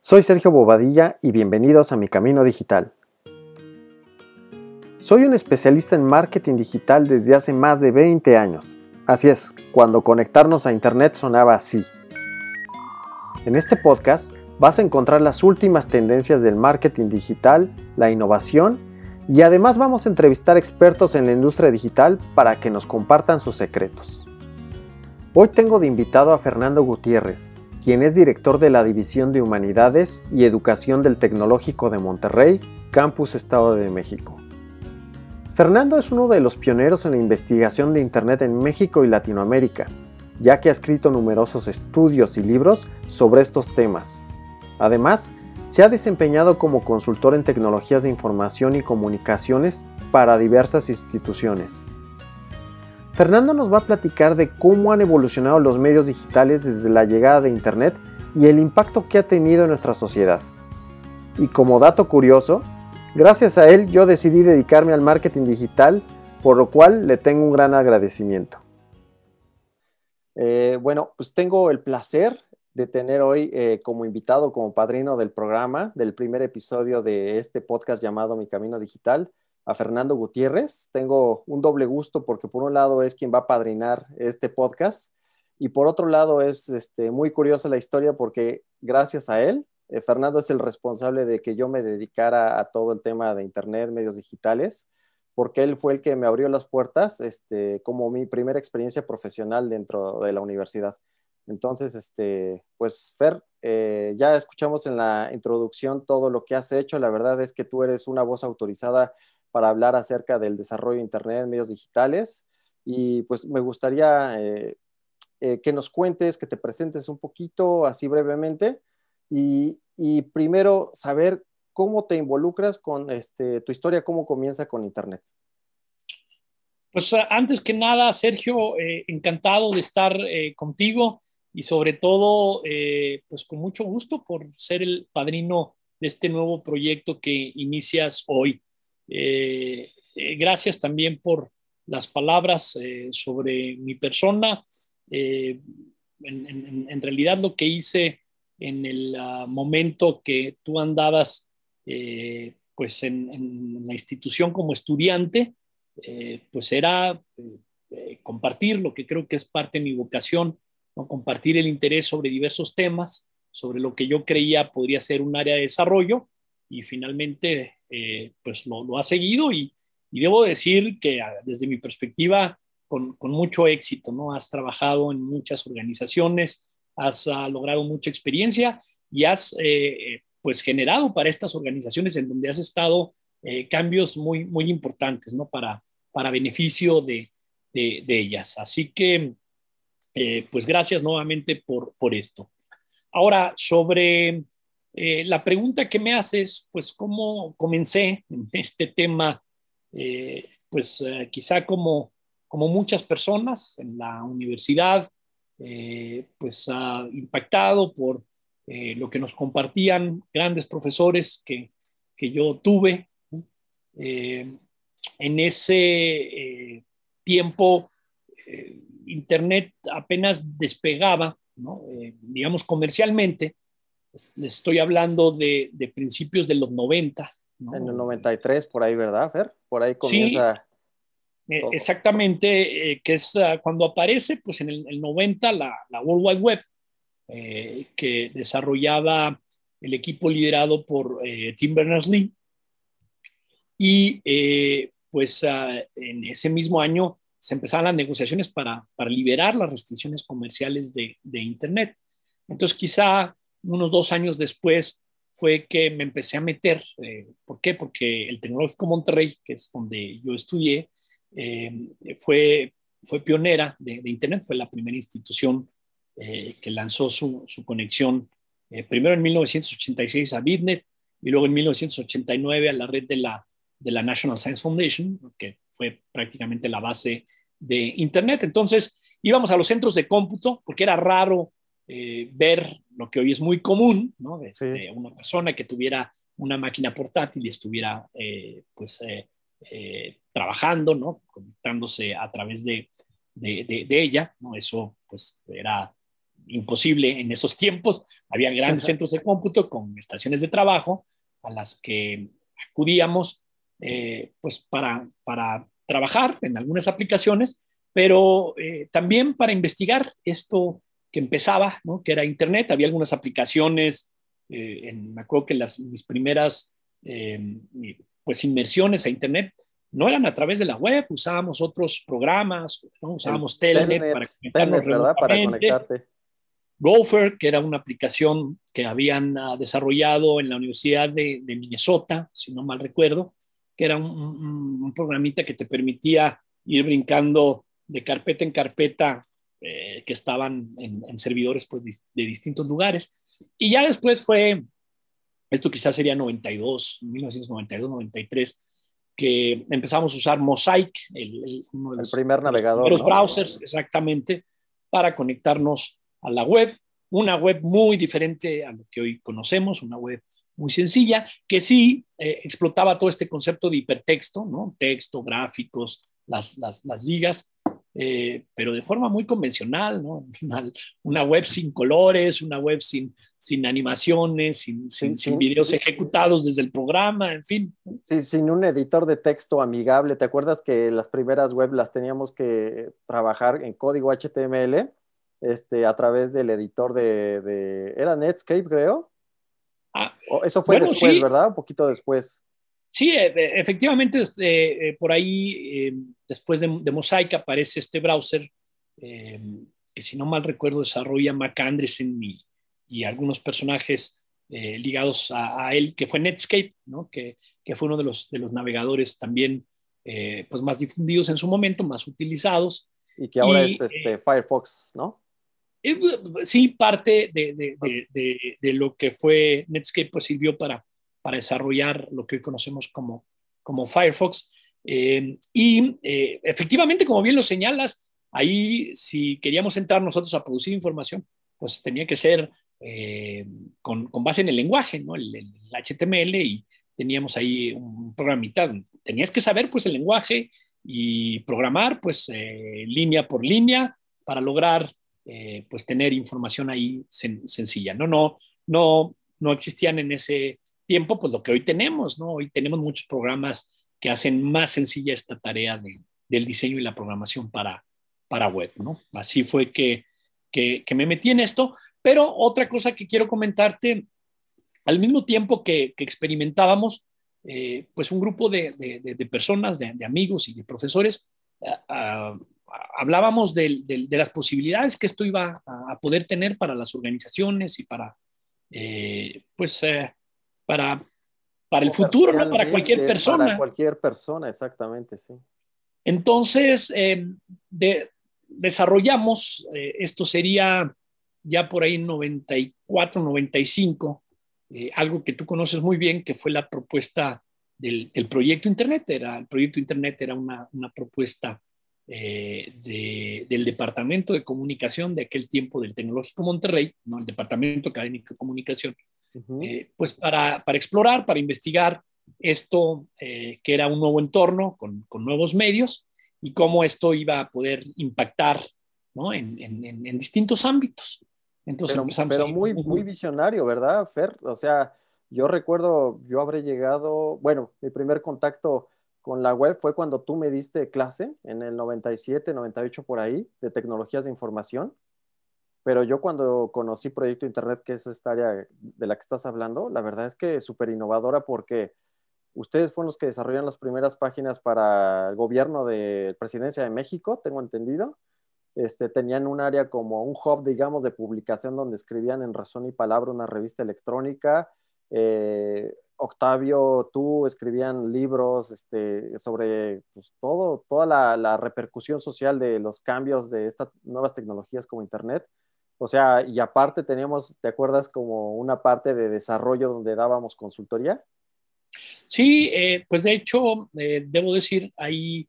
Soy Sergio Bobadilla y bienvenidos a Mi Camino Digital. Soy un especialista en marketing digital desde hace más de 20 años. Así es, cuando conectarnos a internet sonaba así. En este podcast vas a encontrar las últimas tendencias del marketing digital, la innovación y además vamos a entrevistar expertos en la industria digital para que nos compartan sus secretos. Hoy tengo de invitado a Fernando Gutiérrez, quien es director de la División de Humanidades y Educación del Tecnológico de Monterrey, Campus Estado de México. Fernando es uno de los pioneros en la investigación de Internet en México y Latinoamérica, ya que ha escrito numerosos estudios y libros sobre estos temas. Además, se ha desempeñado como consultor en tecnologías de información y comunicaciones para diversas instituciones. Fernando nos va a platicar de cómo han evolucionado los medios digitales desde la llegada de Internet y el impacto que ha tenido en nuestra sociedad. Y como dato curioso, gracias a él yo decidí dedicarme al marketing digital, por lo cual le tengo un gran agradecimiento. Pues tengo el placer de tener hoy como invitado, como padrino del programa, del primer episodio de este podcast llamado Mi Camino Digital, a Fernando Gutiérrez. Tengo un doble gusto porque por un lado es quien va a padrinar este podcast y por otro lado es muy curiosa la historia porque gracias a él, Fernando es el responsable de que yo me dedicara a todo el tema de internet, medios digitales, porque él fue el que me abrió las puertas como mi primera experiencia profesional dentro de la universidad. Entonces, pues Fer, ya escuchamos en la introducción todo lo que has hecho. La verdad es que tú eres una voz autorizada para hablar acerca del desarrollo de Internet en medios digitales. Y pues me gustaría que nos cuentes, que te presentes un poquito, así brevemente, y primero saber cómo te involucras con tu historia, cómo comienza con Internet. Pues antes que nada, Sergio, encantado de estar contigo y sobre todo, pues con mucho gusto por ser el padrino de este nuevo proyecto que inicias hoy. Gracias también por las palabras sobre mi persona. Eh, en realidad lo que hice en el momento que tú andabas pues en la institución como estudiante, pues era compartir lo que creo que es parte de mi vocación, ¿no? Compartir el interés sobre diversos temas, sobre lo que yo creía podría ser un área de desarrollo y finalmente pues lo ha seguido y debo decir que desde mi perspectiva con mucho éxito, ¿no? Has trabajado en muchas organizaciones, has logrado mucha experiencia y has pues generado para estas organizaciones en donde has estado cambios muy importantes, ¿no? Para beneficio de ellas. Así que, pues gracias nuevamente por esto. Ahora, sobre la pregunta que me haces, pues cómo comencé en este tema, quizá como muchas personas en la universidad, pues impactado por lo que nos compartían grandes profesores que yo tuve. Eh, en ese tiempo, Internet apenas despegaba, ¿no? Digamos comercialmente. Les estoy hablando de principios de los 90, En el ¿no? 93, por ahí, ¿verdad, Fer? Por ahí Sí, comienza todo. exactamente, que es cuando aparece, pues en el 90, la World Wide Web, que desarrollaba el equipo liderado por Tim Berners-Lee. Y pues en ese mismo año se empezaron las negociaciones para liberar las restricciones comerciales de Internet. Entonces quizá unos 2 años después fue que me empecé a meter. ¿Por qué? Porque el Tecnológico Monterrey, que es donde yo estudié, eh, fue, fue pionera de Internet, fue la primera institución que lanzó su conexión, primero en 1986 a Bitnet y luego en 1989 a la red de la National Science Foundation, que fue prácticamente la base de Internet. Entonces íbamos a los centros de cómputo porque era raro ver lo que hoy es muy común, ¿no? Sí. Una persona que tuviera una máquina portátil y estuviera trabajando, ¿no? Conectándose a través de ella, ¿no? Eso pues era imposible en esos tiempos. Había grandes centros de cómputo con estaciones de trabajo a las que acudíamos pues para trabajar en algunas aplicaciones, pero también para investigar esto que empezaba, ¿no? Que era Internet. Había algunas aplicaciones, me acuerdo que mis primeras pues inmersiones a Internet no eran a través de la web, usábamos otros programas, ¿no? Usábamos Telnet para conectarnos Telnet, ¿verdad? Para remotamente. conectarte. Gopher, que era una aplicación que habían desarrollado en la Universidad de Minnesota, si no mal recuerdo, que era un programita que te permitía ir brincando de carpeta en carpeta que estaban en servidores pues, de distintos lugares. Y ya después fue, esto quizás sería 1992, 93, que empezamos a usar Mosaic, uno de El los primer navegador, primeros ¿no? browsers, exactamente, para conectarnos a la web. Una web muy diferente a lo que hoy conocemos, una web muy sencilla, que sí explotaba todo este concepto de hipertexto, ¿no? Texto, gráficos, las ligas, pero de forma muy convencional, ¿no? Una web sin colores, una web sin animaciones, sin videos ejecutados desde el programa, en fin. Sí, sin un editor de texto amigable. ¿Te acuerdas que las primeras web las teníamos que trabajar en código HTML a través del editor ¿Era Netscape, creo? Eso fue Bueno, después, sí, ¿verdad? Un poquito después. sí, efectivamente, por ahí, después de Mosaic aparece este browser eh, que, si no mal recuerdo, desarrolla Mac Andreessen y algunos personajes ligados a él, que fue Netscape, ¿no? Que fue uno de los navegadores también pues más difundidos en su momento, más utilizados. Y que ahora es Y Firefox, ¿no? sí, parte de lo que fue Netscape pues sirvió para desarrollar lo que hoy conocemos como Firefox. Efectivamente, como bien lo señalas, ahí si queríamos entrar nosotros a producir información, pues tenía que ser con base en el lenguaje, ¿no? El HTML, y teníamos ahí un programita. Tenías que saber pues el lenguaje y programar pues línea por línea para lograr pues tener información ahí sencilla. No existían en ese tiempo pues lo que hoy tenemos, ¿no? Hoy tenemos muchos programas que hacen más sencilla esta tarea del diseño y la programación para web, ¿no? Así fue que me metí en esto, pero otra cosa que quiero comentarte, al mismo tiempo que experimentábamos, pues un grupo de personas, de amigos y de profesores, hablábamos de las posibilidades que esto iba a poder tener para las organizaciones y pues, para el futuro, ¿no? Para cualquier Comercialmente, para persona. cualquier persona, exactamente, sí. Entonces, desarrollamos, esto sería ya por ahí en 94, 95, algo que tú conoces muy bien, que fue la propuesta del proyecto Internet. El proyecto Internet era una propuesta del Departamento de Comunicación de aquel tiempo del Tecnológico Monterrey, ¿no? El Departamento Académico de Comunicación, pues para explorar, para investigar esto, que era un nuevo entorno con nuevos medios, y cómo esto iba a poder impactar, ¿no? en distintos ámbitos. Entonces empezamos Pero ahí. muy, muy visionario, ¿verdad, Fer? O sea, yo recuerdo, yo habré llegado, bueno, mi primer contacto con la web fue cuando tú me diste clase en el 97, 98 por ahí, de tecnologías de información. Pero yo cuando conocí Proyecto Internet, que es esta área de la que estás hablando, la verdad es que es súper innovadora porque ustedes fueron los que desarrollaron las primeras páginas para el gobierno de Presidencia de México, tengo entendido. Tenían un área como un hub, digamos, de publicación donde escribían en Razón y Palabra una revista electrónica. Octavio, tú escribían libros sobre pues, toda la repercusión social de los cambios de estas nuevas tecnologías como Internet. O sea, y aparte teníamos, ¿te acuerdas? Como una parte de desarrollo donde dábamos consultoría. Sí, pues de hecho, debo decir, ahí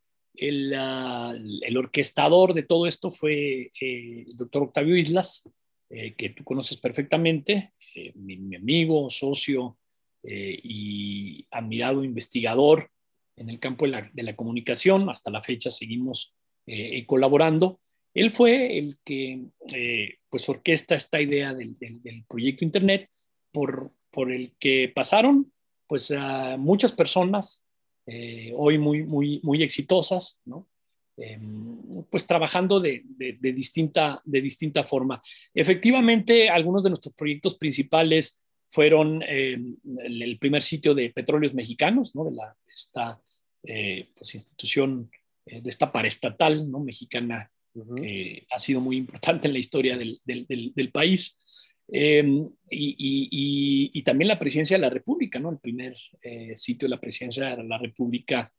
el orquestador de todo esto fue el doctor Octavio Islas, que tú conoces perfectamente, mi amigo, socio y admirado investigador en el campo de la comunicación. Hasta la fecha seguimos colaborando. Él fue el que pues orquesta esta idea del proyecto Internet por el que pasaron pues a muchas personas hoy muy exitosas, ¿no? Pues trabajando de distinta forma. Efectivamente, algunos de nuestros proyectos principales fueron el primer sitio de petróleos mexicanos, ¿no? Esta pues, institución de esta paraestatal, ¿no? Mexicana, que ha sido muy importante en la historia del país. Y también la presidencia de la República, ¿no? El primer sitio de la presidencia de la República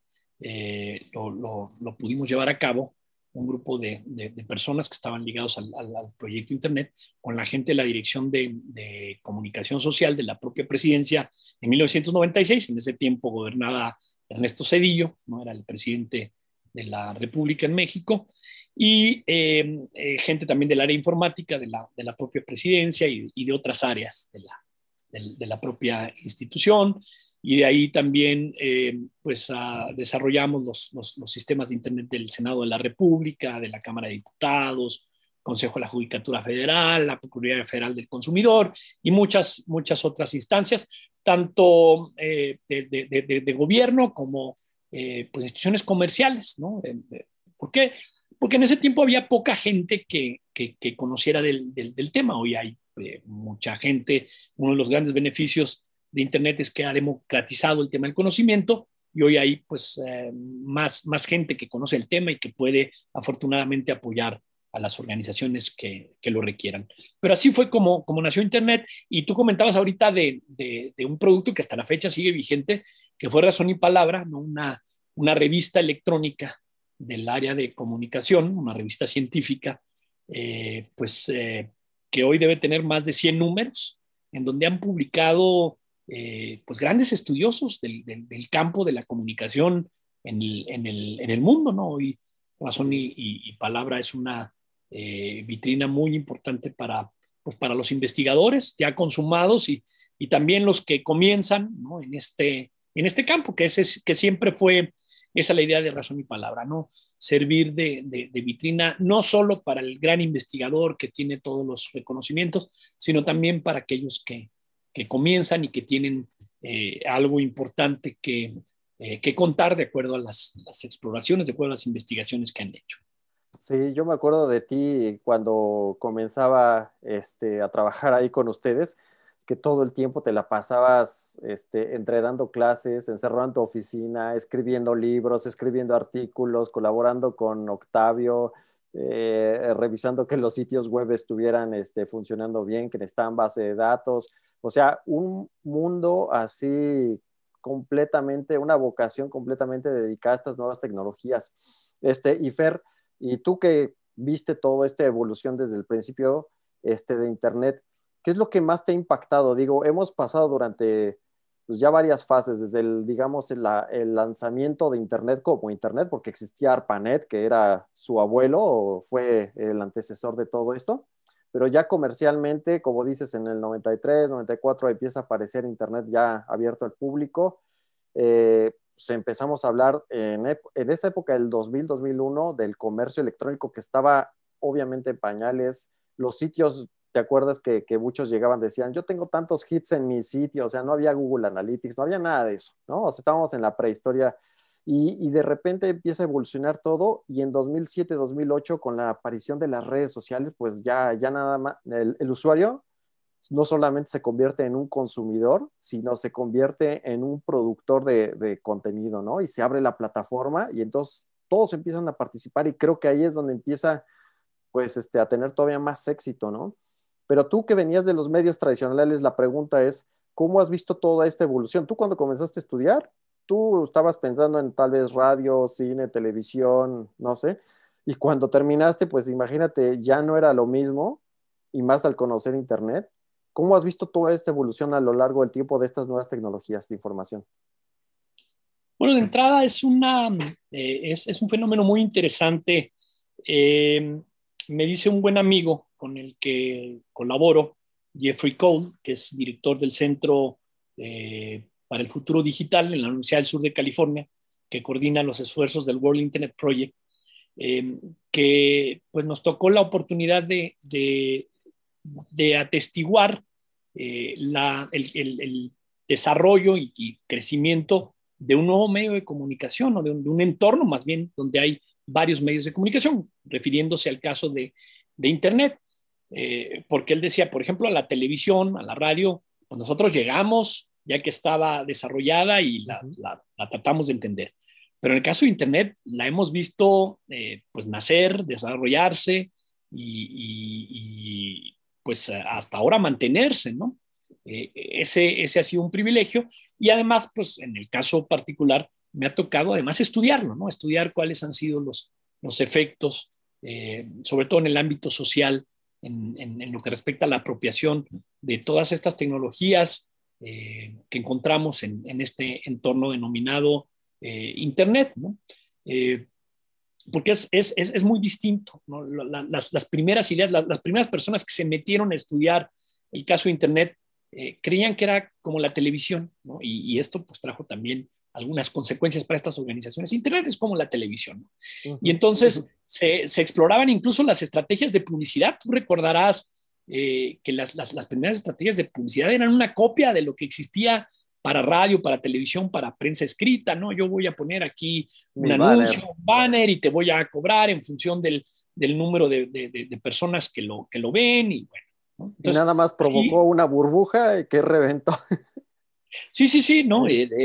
lo pudimos llevar a cabo un grupo de personas que estaban ligados al proyecto Internet con la gente de la Dirección de Comunicación Social de la propia presidencia en 1996. En ese tiempo gobernaba Ernesto Zedillo, ¿no? Era el presidente de la República en México, y gente también del área informática de la propia presidencia y de otras áreas de la propia institución. Y de ahí también pues desarrollamos los sistemas de Internet del Senado de la República, de la Cámara de Diputados, Consejo de la Judicatura Federal, la Procuraduría Federal del Consumidor y muchas otras instancias, tanto de gobierno como pues instituciones comerciales, ¿no? ¿Por qué? Porque en ese tiempo había poca gente que conociera del tema. Hoy hay mucha gente. Uno de los grandes beneficios de Internet es que ha democratizado el tema del conocimiento y hoy hay pues más gente que conoce el tema y que puede afortunadamente apoyar a las organizaciones que lo requieran. Pero así fue como nació Internet. Y tú comentabas ahorita de un producto que hasta la fecha sigue vigente, que fue Razón y Palabra, ¿no? Una revista electrónica del área de comunicación, una revista científica, que hoy debe tener más de 100 números, en donde han publicado pues grandes estudiosos del campo de la comunicación en el mundo, ¿no? Hoy Razón y Palabra es una vitrina muy importante pues para los investigadores ya consumados y también los que comienzan, ¿no? en este campo, que siempre fue esa es la idea de Razón y Palabra, ¿no? Servir de vitrina no solo para el gran investigador que tiene todos los reconocimientos, sino también para aquellos que comienzan y que tienen algo importante que contar de acuerdo a las exploraciones, de acuerdo a las investigaciones que han hecho. Sí, yo me acuerdo de ti cuando comenzaba a trabajar ahí con ustedes, que todo el tiempo te la pasabas entre dando clases, encerrado en tu oficina, escribiendo libros, escribiendo artículos, colaborando con Octavio, revisando que los sitios web estuvieran funcionando bien, que necesitaban base de datos. O sea, un mundo así completamente, una vocación completamente dedicada a estas nuevas tecnologías. Y Fer, y tú que viste toda esta evolución desde el principio de Internet, ¿qué es lo que más te ha impactado? Digo, hemos pasado durante pues, ya varias fases, desde digamos, el lanzamiento de Internet como Internet, porque existía ARPANET, que era su abuelo, o fue el antecesor de todo esto, pero ya comercialmente, como dices, en el 93, 94 empieza a aparecer Internet ya abierto al público. Pues empezamos a hablar en esa época del 2000, 2001 del comercio electrónico que estaba obviamente en pañales. Los sitios, ¿te acuerdas que muchos llegaban, decían, yo tengo tantos hits en mi sitio? O sea, no había Google Analytics, no había nada de eso, ¿no? O sea, estábamos en la prehistoria y de repente empieza a evolucionar todo y en 2007, 2008 con la aparición de las redes sociales, pues ya nada más, el usuario no solamente se convierte en un consumidor, sino se convierte en un productor de contenido, ¿no? Y se abre la plataforma y entonces todos empiezan a participar y creo que ahí es donde empieza, pues, a tener todavía más éxito, ¿no? Pero tú que venías de los medios tradicionales, la pregunta es, ¿cómo has visto toda esta evolución? Tú cuando comenzaste a estudiar, tú estabas pensando en tal vez radio, cine, televisión, no sé, y cuando terminaste, pues imagínate, ya no era lo mismo, y más al conocer Internet. ¿Cómo has visto toda esta evolución a lo largo del tiempo de estas nuevas tecnologías de información? Bueno, de entrada es un fenómeno muy interesante. Me dice un buen amigo con el que colaboro, Jeffrey Cole, que es director del Centro para el Futuro Digital en la Universidad del Sur de California, que coordina los esfuerzos del World Internet Project. que pues nos tocó la oportunidad de atestiguar el desarrollo y crecimiento de un nuevo medio de comunicación o de un entorno más bien donde hay varios medios de comunicación, refiriéndose al caso de Internet. Porque él decía, por ejemplo, a la televisión, a la radio, pues nosotros llegamos ya que estaba desarrollada y la tratamos de entender. Pero en el caso de Internet la hemos visto pues nacer, desarrollarse y pues hasta ahora mantenerse, ¿no? Ese ha sido un privilegio y además, pues en el caso particular, me ha tocado además estudiarlo, ¿no? Estudiar cuáles han sido los efectos, sobre todo en el ámbito social, en lo que respecta a la apropiación de todas estas tecnologías que encontramos en este entorno denominado Internet, ¿no? Porque es muy distinto, ¿no? Las primeras ideas, las primeras personas que se metieron a estudiar el caso de Internet creían que era como la televisión, ¿no? Y esto pues trajo también algunas consecuencias para estas organizaciones. Internet es como la televisión, ¿no? Y entonces se exploraban incluso las estrategias de publicidad. Tú recordarás que las primeras estrategias de publicidad eran una copia de lo que existía para radio, para televisión, para prensa escrita, ¿no? Yo voy a poner aquí un anuncio, un banner y te voy a cobrar en función del número de personas que lo ven y bueno, ¿no? Entonces, y nada más provocó una burbuja que reventó. Sí, ¿no?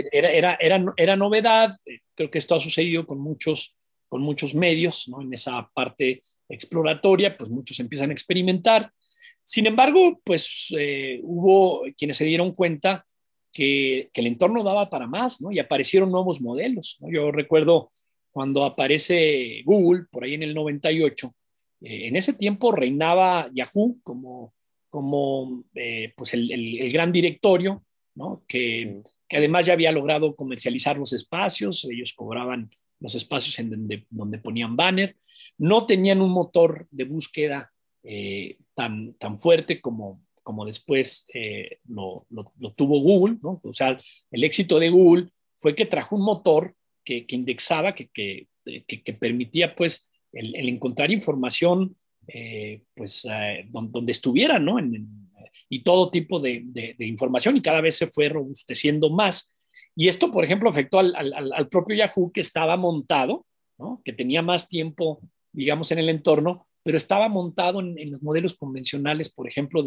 Era novedad. Creo que esto ha sucedido con muchos medios, ¿no? En esa parte exploratoria, pues muchos empiezan a experimentar. Sin embargo, pues hubo quienes se dieron cuenta que el entorno daba para más, ¿no? Y aparecieron nuevos modelos, ¿no? Yo recuerdo cuando aparece Google, por ahí en el 98, en ese tiempo reinaba Yahoo como pues el gran directorio, ¿no? Que además ya había logrado comercializar los espacios, ellos cobraban los espacios en donde ponían banner, no tenían un motor de búsqueda tan fuerte como después lo tuvo Google, ¿no? O sea, el éxito de Google fue que trajo un motor que indexaba, que permitía pues el encontrar información pues donde estuviera, ¿no? Y todo tipo de información y cada vez se fue robusteciendo más. Y esto, por ejemplo, afectó al propio Yahoo que estaba montado, ¿no? Que tenía más tiempo, digamos, en el entorno, pero estaba montado en los modelos convencionales, por ejemplo,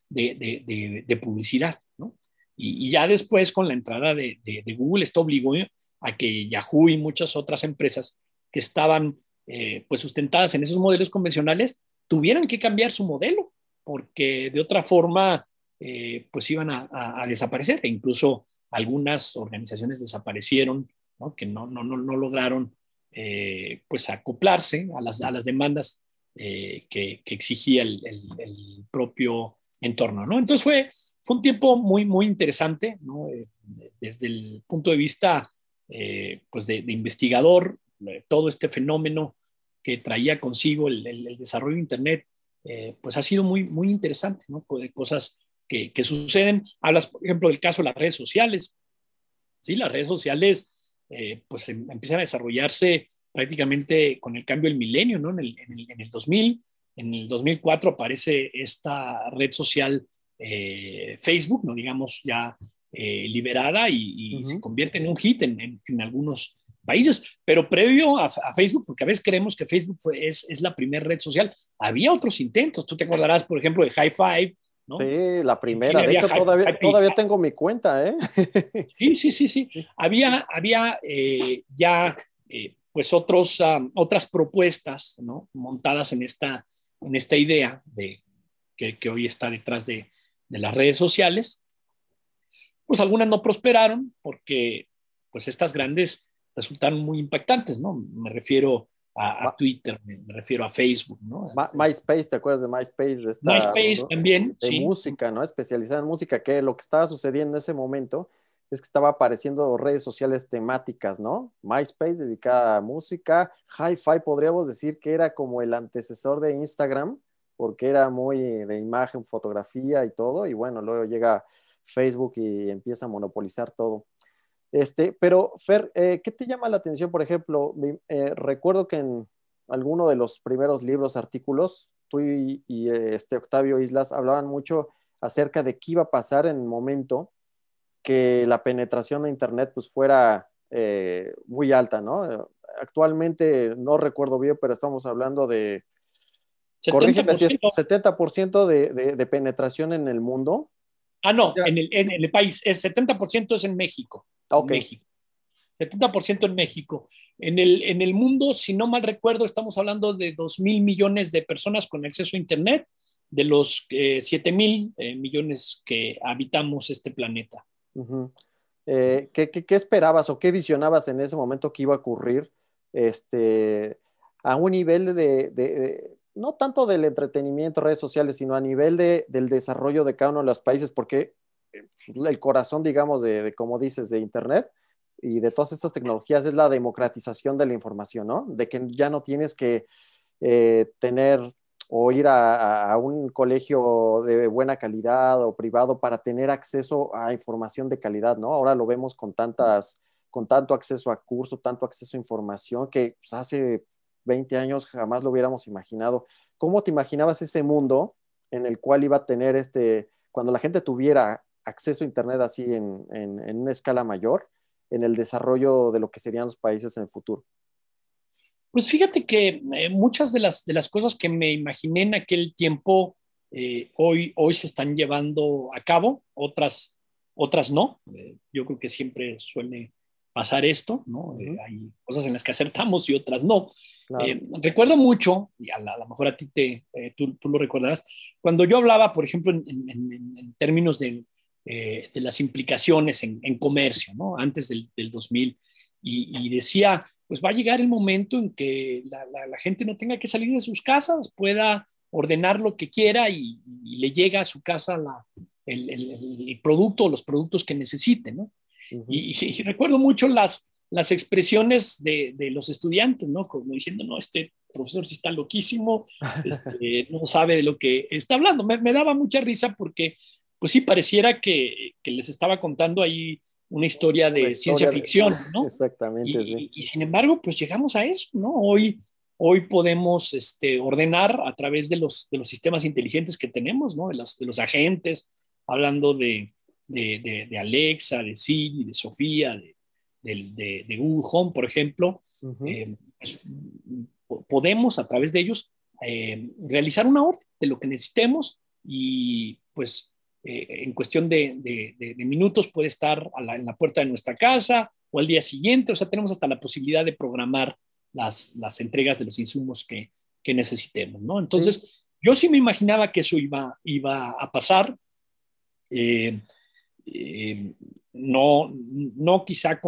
de publicidad, ¿no? Y ya después, con la entrada de Google, esto obligó a que Yahoo y muchas otras empresas que estaban pues sustentadas en esos modelos convencionales tuvieran que cambiar su modelo, porque de otra forma pues iban a desaparecer e incluso algunas organizaciones desaparecieron, ¿no? Que no lograron pues acoplarse a las demandas que exigía el propio entorno, ¿no? Entonces fue un tiempo muy interesante, ¿no? Desde el punto de vista pues de investigador, todo este fenómeno que traía consigo el desarrollo de Internet, pues ha sido muy interesante, ¿no? De cosas que suceden. Hablas, por ejemplo, del caso de las redes sociales. Sí, las redes sociales pues empiezan a desarrollarse prácticamente con el cambio del milenio, ¿no? En el 2000, en el 2004 aparece esta red social Facebook, ¿no? Digamos ya liberada y se convierte en un hit en algunos países, pero previo a Facebook, porque a veces creemos que Facebook es la primera red social, había otros intentos. Tú te acordarás, por ejemplo, de High Five, ¿no? Sí, la primera. De hecho, todavía tengo mi cuenta, ¿eh? Sí. Había ya pues otras propuestas, ¿no? Montadas en esta idea que hoy está detrás de las redes sociales. Pues algunas no prosperaron porque pues estas grandes resultaron muy impactantes, ¿no? Me refiero a Twitter, me refiero a Facebook, ¿no? MySpace, ¿te acuerdas de MySpace? MySpace también, de sí. música, ¿no? Especializada en música, que lo que estaba sucediendo en ese momento es que estaba apareciendo redes sociales temáticas, ¿no? MySpace dedicada a música, Hi-Fi podríamos decir que era como el antecesor de Instagram, porque era muy de imagen, fotografía y todo, y bueno, luego llega Facebook y empieza a monopolizar todo. Pero Fer, ¿qué te llama la atención? Por ejemplo, recuerdo que alguno de los primeros libros, artículos, tú Octavio Islas hablaban mucho acerca de qué iba a pasar en el momento que la penetración de Internet pues fuera muy alta, ¿no? Actualmente no recuerdo bien, pero estamos hablando de, corrígeme si es 70%. 70% de penetración en el mundo. Ah, no, Ya. en el país, 70% es en México. En Ok. México. 70% en México. En el mundo, si no mal recuerdo, estamos hablando de 2.000 millones de personas con acceso a Internet, de los 7.000 millones que habitamos este planeta. Uh-huh. ¿Qué esperabas o qué visionabas en ese momento que iba a ocurrir este, a un nivel no tanto del entretenimiento, redes sociales, sino a nivel del desarrollo de cada uno de los países? Porque el corazón, digamos, como dices, de Internet y de todas estas tecnologías es la democratización de la información, ¿no? De que ya no tienes que tener o ir a un colegio de buena calidad o privado para tener acceso a información de calidad, ¿no? Ahora lo vemos con tanto acceso a cursos, tanto acceso a información que pues, hace 20 años jamás lo hubiéramos imaginado. ¿Cómo te imaginabas ese mundo en el cual iba a tener cuando la gente tuviera acceso a Internet así en una escala mayor, en el desarrollo de lo que serían los países en el futuro? Pues fíjate que muchas de las cosas que me imaginé en aquel tiempo hoy se están llevando a cabo, otras no. Yo creo que siempre suele pasar esto, ¿no? Uh-huh. Hay cosas en las que acertamos y otras no. Claro. Recuerdo mucho, y a lo mejor a ti tú lo recordarás, cuando yo hablaba, por ejemplo, en términos de las implicaciones en comercio, ¿no? Antes del 2000, y decía, pues va a llegar el momento en que la gente no tenga que salir de sus casas, pueda ordenar lo que quiera y le llega a su casa el producto o los productos que necesite, ¿no? Uh-huh. Y recuerdo mucho las expresiones de los estudiantes, ¿no? Como diciendo, no, este profesor sí está loquísimo, no sabe de lo que está hablando. Me daba mucha risa porque, pues sí, pareciera que les estaba contando ahí una historia Una de ciencia historia ficción, ¿no? exactamente, sí. Y sin embargo, pues llegamos a eso, ¿no? Hoy podemos ordenar a través de los sistemas inteligentes que tenemos, ¿no? De los agentes, hablando de Alexa, de Siri, de Sofía, de Google Home, por ejemplo. Uh-huh. Pues, podemos a través de ellos realizar una orden de lo que necesitemos y pues en cuestión de minutos puede estar en la puerta de nuestra casa o al día siguiente. O sea, tenemos hasta la posibilidad de programar las entregas de los insumos que necesitemos, ¿no? Sí. Entonces, yo sí me imaginaba que eso iba a pasar. Eh, eh, no quizá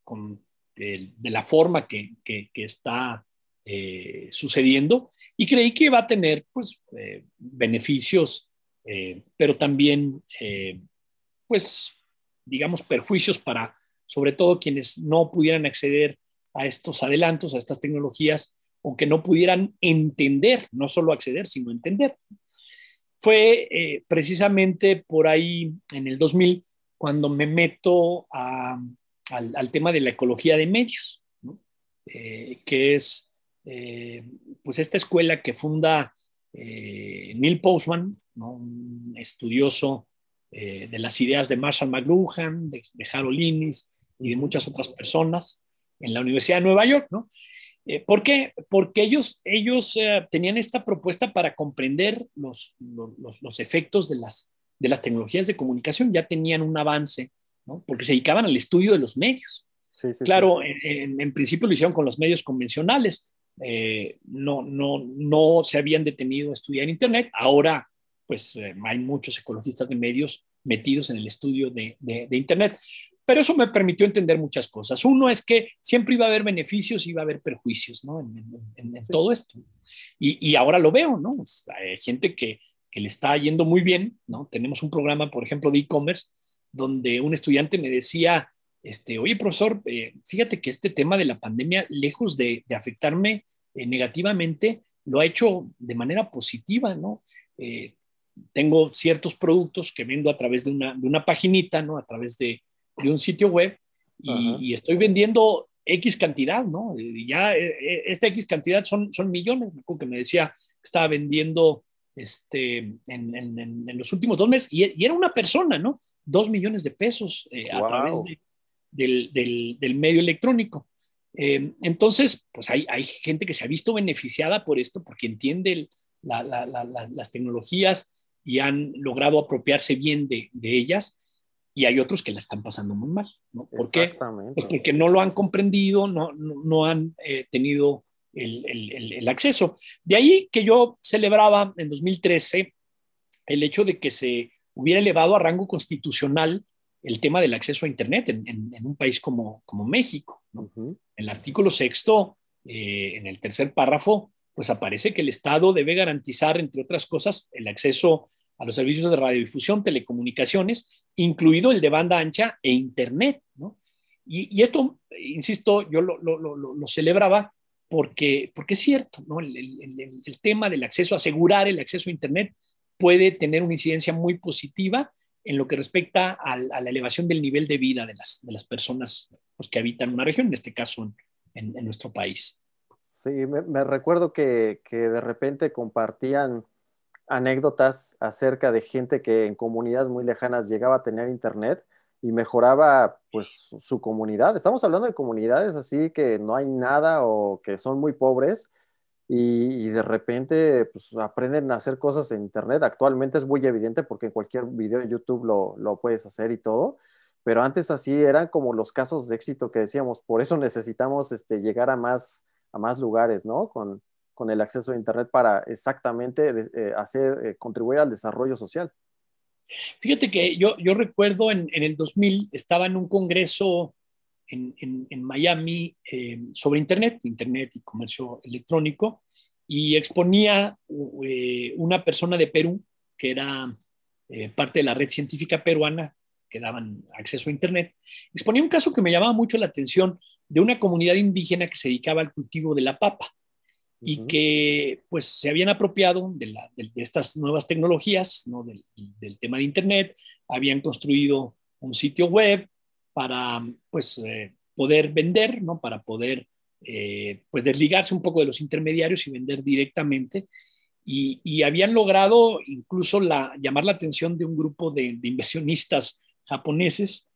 de la forma que está sucediendo, y creí que iba a tener pues beneficios, pero también pues digamos perjuicios para sobre todo quienes no pudieran acceder a estos adelantos, a estas tecnologías, o que no pudieran entender, no solo acceder, sino entender. Fue precisamente por ahí en el 2000 cuando me meto al tema de la ecología de medios, ¿no? Que es pues esta escuela que funda Neil Postman, ¿no? Un estudioso de las ideas de Marshall McLuhan, de Harold Innis y de Uh-huh. muchas otras personas en la Universidad de Nueva York, ¿no? ¿Por qué? Porque ellos tenían esta propuesta para comprender los efectos de las tecnologías de comunicación. Ya tenían un avance, ¿no? Porque se dedicaban al estudio de los medios. Sí, sí, sí. Claro, en principio lo hicieron con los medios convencionales. No se habían detenido a estudiar Internet. Ahora, pues hay muchos ecologistas de medios metidos en el estudio de Internet. Pero eso me permitió entender muchas cosas. Uno es que siempre iba a haber beneficios y iba a haber perjuicios, ¿no? En Sí. todo esto. Y ahora lo veo, ¿no? Pues, hay gente que le está yendo muy bien, ¿no? Tenemos un programa, por ejemplo, de e-commerce, donde un estudiante me decía, oye, profesor, fíjate que este tema de la pandemia, lejos de afectarme negativamente, lo ha hecho de manera positiva, ¿no? Eh, Tengo ciertos productos que vendo a través de una paginita, ¿no? A través de un sitio web Ajá. y estoy vendiendo X cantidad, ¿no? Y ya esta X cantidad son millones. Me acuerdo que me decía que estaba vendiendo en los últimos 2 meses y era una persona, ¿no? 2 millones de pesos a través Wow. del medio electrónico. Entonces, pues hay gente que se ha visto beneficiada por esto porque entiende las tecnologías y han logrado apropiarse bien de ellas, y hay otros que la están pasando muy mal, ¿no? ¿Por qué? Pues Exactamente. porque no lo han comprendido, no han tenido el acceso. De ahí que yo celebraba en 2013 el hecho de que se hubiera elevado a rango constitucional el tema del acceso a Internet en un país como México, ¿no? Ujú. En el artículo sexto, en el tercer párrafo, pues aparece que el Estado debe garantizar, entre otras cosas, el acceso a los servicios de radiodifusión, telecomunicaciones, incluido el de banda ancha e Internet, ¿no? Y esto, insisto, yo lo celebraba porque es cierto, ¿no? El tema del acceso, asegurar el acceso a Internet puede tener una incidencia muy positiva en lo que respecta a la elevación del nivel de vida de las personas, pues, que habitan una región, en este caso en nuestro país. Sí, me recuerdo que de repente compartían anécdotas acerca de gente que en comunidades muy lejanas llegaba a tener internet y mejoraba pues su comunidad. Estamos hablando de comunidades así que no hay nada o que son muy pobres y de repente pues aprenden a hacer cosas en internet. Actualmente es muy evidente porque en cualquier video de YouTube lo puedes hacer y todo. Pero antes así eran como los casos de éxito que decíamos, por eso necesitamos llegar a más lugares, ¿no? Con el acceso a Internet para exactamente contribuir al desarrollo social. Fíjate que yo recuerdo en el 2000 estaba en un congreso en Miami sobre Internet y comercio electrónico, y exponía una persona de Perú que era parte de la red científica peruana que daban acceso a Internet. Exponía un caso que me llamaba mucho la atención de una comunidad indígena que se dedicaba al cultivo de la papa y Ujú. que pues se habían apropiado de estas nuevas tecnologías, ¿no? Del tema de Internet, habían construido un sitio web para pues poder vender, ¿no? Para poder pues desligarse un poco de los intermediarios y vender directamente. Y habían logrado incluso llamar la atención de un grupo de inversionistas japoneses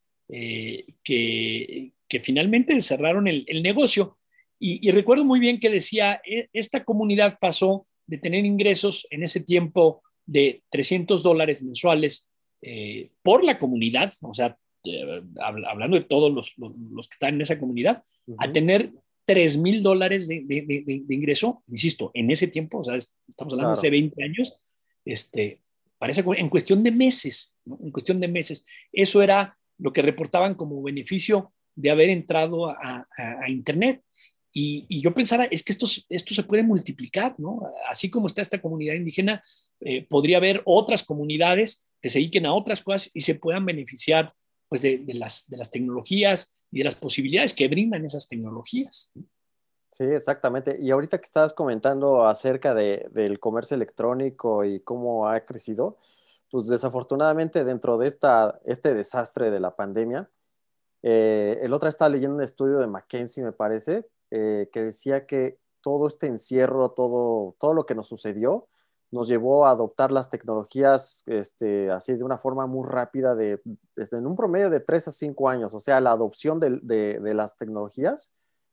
que finalmente cerraron el negocio. Y recuerdo muy bien que decía, esta comunidad pasó de tener ingresos en ese tiempo de $300 mensuales por la comunidad, o sea, hablando de todos los que están en esa comunidad, a Ujú. tener $3,000 de ingreso, insisto, en ese tiempo, o sea, estamos hablando de hace Claro. 20 años, parece en cuestión de meses, ¿no? En cuestión de meses. Eso era lo que reportaban como beneficio de haber entrado a Internet. Y yo pensaba, es que esto se puede multiplicar, ¿no? Así como está esta comunidad indígena, podría haber otras comunidades que se dediquen a otras cosas y se puedan beneficiar pues de las tecnologías y de las posibilidades que brindan esas tecnologías. Sí, exactamente. Y ahorita que estabas comentando acerca del comercio electrónico y cómo ha crecido, pues desafortunadamente dentro de este desastre de la pandemia, el otro estaba leyendo un estudio de McKinsey, me parece, que decía que todo este encierro, todo lo que nos sucedió, nos llevó a adoptar las tecnologías así de una forma muy rápida, en un promedio de 3 a 5 años. O sea, la adopción de las tecnologías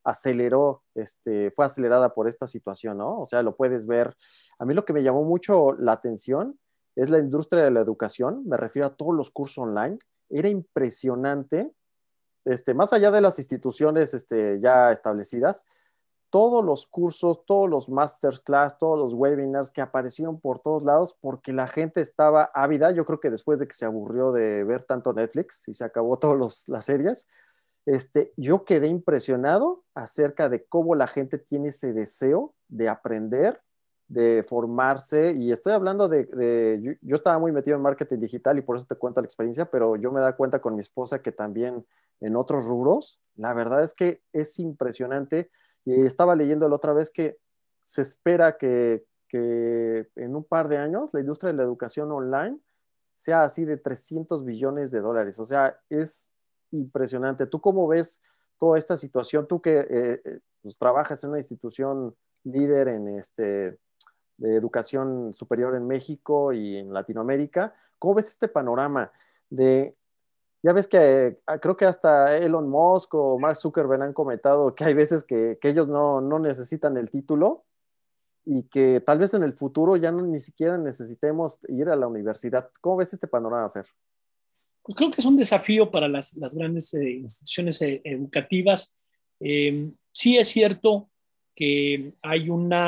fue acelerada por esta situación, ¿no? O sea, lo puedes ver. A mí lo que me llamó mucho la atención es la industria de la educación, me refiero a todos los cursos online. Era impresionante más allá de las instituciones ya establecidas, todos los cursos, todos los masterclass, todos los webinars que aparecieron por todos lados, porque la gente estaba ávida. Yo creo que después de que se aburrió de ver tanto Netflix y se acabó todas las series, yo quedé impresionado acerca de cómo la gente tiene ese deseo de aprender, de formarse, y estoy hablando yo estaba muy metido en marketing digital y por eso te cuento la experiencia, pero yo me da cuenta con mi esposa que también en otros rubros, la verdad es que es impresionante, y estaba leyendo la otra vez que se espera que en un par de años la industria de la educación online sea así de $300 billones, o sea, es impresionante. ¿Tú cómo ves toda esta situación, tú que pues, trabajas en una institución líder de educación superior en México y en Latinoamérica, ¿cómo ves este panorama de, ya ves que creo que hasta Elon Musk o Mark Zuckerberg han comentado que hay veces que ellos no necesitan el título y que tal vez en el futuro ya no, ni siquiera necesitemos ir a la universidad? ¿Cómo ves este panorama, Fer? Pues creo que es un desafío para las grandes instituciones educativas. Sí es cierto que hay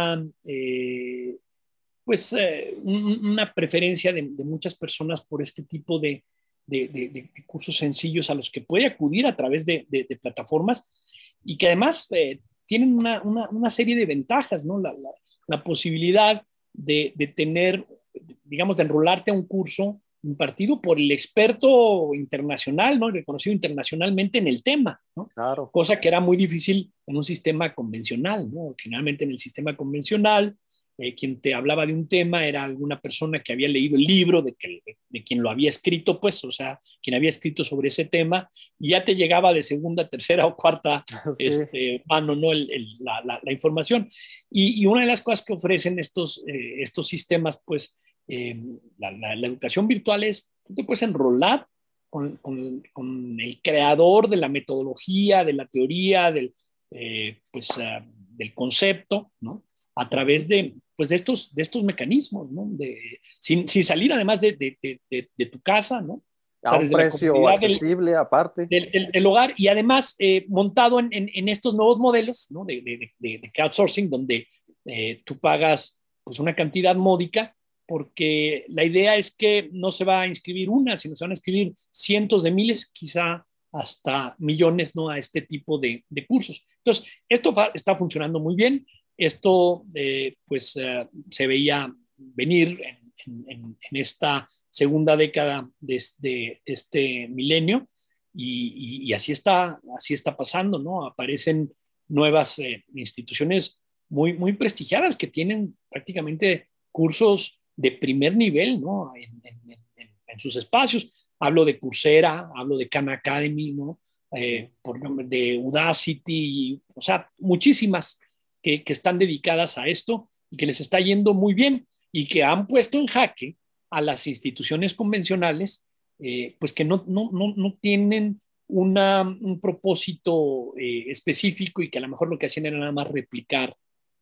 una preferencia de muchas personas por este tipo de cursos sencillos a los que puede acudir a través de plataformas y que además tienen una serie de ventajas, ¿no? La posibilidad de tener, digamos, de enrolarte a un curso impartido por el experto internacional, ¿no? Reconocido internacionalmente en el tema, ¿no? Claro. Cosa que era muy difícil en un sistema convencional, ¿no? Generalmente en el sistema convencional, quien te hablaba de un tema era alguna persona que había leído el libro de quien lo había escrito, pues, o sea, quien había escrito sobre ese tema, y ya te llegaba de segunda, tercera o cuarta Sí, mano, ¿no? La información. Y una de las cosas que ofrecen estos sistemas, pues, la educación virtual es, tú te puedes enrolar con el creador de la metodología, de la teoría, del concepto, ¿no? A través de estos mecanismos, ¿no? Sin salir además de tu casa, ¿no? O a sea, un desde la precio comodidad accesible aparte. del hogar y además montado en estos nuevos modelos, ¿no? De crowdsourcing, donde tú pagas pues una cantidad módica, porque la idea es que no se va a inscribir una, sino se van a inscribir cientos de miles, quizá hasta millones, ¿no? A este tipo de cursos. Entonces, esto está funcionando muy bien. Esto, se veía venir en esta segunda década de este milenio y así está pasando, ¿no? Aparecen nuevas instituciones muy prestigiadas que tienen prácticamente cursos de primer nivel, ¿no? En sus espacios. Hablo de Coursera, hablo de Khan Academy, ¿no? De Udacity, o sea, muchísimas que están dedicadas a esto y que les está yendo muy bien y que han puesto en jaque a las instituciones convencionales, pues que no tienen un propósito específico y que a lo mejor lo que hacían era nada más replicar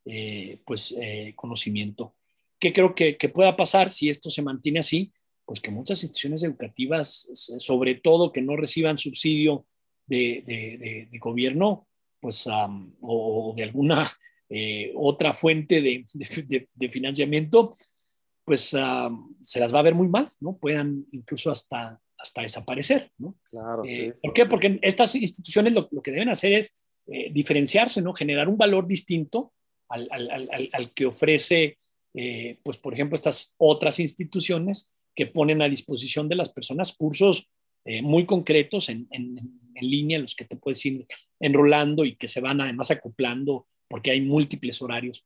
conocimiento. ¿Qué creo que pueda pasar si esto se mantiene así? Pues que muchas instituciones educativas, sobre todo que no reciban subsidio de gobierno, pues, o de alguna otra fuente de financiamiento, pues se las va a ver muy mal, ¿no? Puedan incluso hasta desaparecer, ¿no? Claro, sí, sí, ¿Por qué? sí. Porque estas instituciones lo que deben hacer es diferenciarse, ¿no? Generar un valor distinto al que ofrece, pues, por ejemplo, estas otras instituciones que ponen a disposición de las personas cursos muy concretos en línea, en los que te puedes ir enrolando y que se van además acoplando porque hay múltiples horarios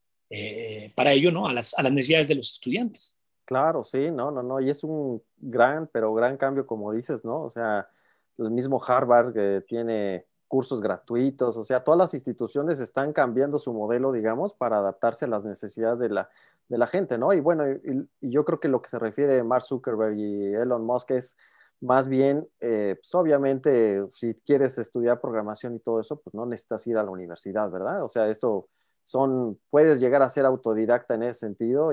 para ello, ¿no? A las necesidades de los estudiantes. Claro, sí, no, y es un gran, pero gran cambio, como dices, ¿no? O sea, el mismo Harvard que tiene cursos gratuitos, o sea, todas las instituciones están cambiando su modelo, digamos, para adaptarse a las necesidades de la gente, ¿no? Y bueno, y yo creo que lo que se refiere Mark Zuckerberg y Elon Musk es más bien, pues obviamente, si quieres estudiar programación y todo eso, pues no necesitas ir a la universidad, ¿verdad? O sea, esto puedes llegar a ser autodidacta en ese sentido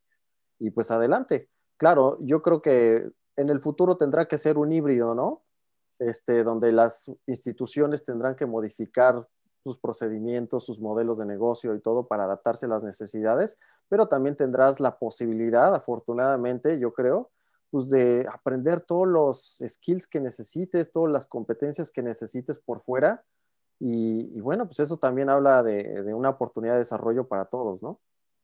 y pues adelante. Claro, yo creo que en el futuro tendrá que ser un híbrido, ¿no? Donde las instituciones tendrán que modificar sus procedimientos, sus modelos de negocio y todo para adaptarse a las necesidades, pero también tendrás la posibilidad, afortunadamente, yo creo, pues de aprender todos los skills que necesites, todas las competencias que necesites por fuera. Y bueno, pues eso también habla de una oportunidad de desarrollo para todos, ¿no?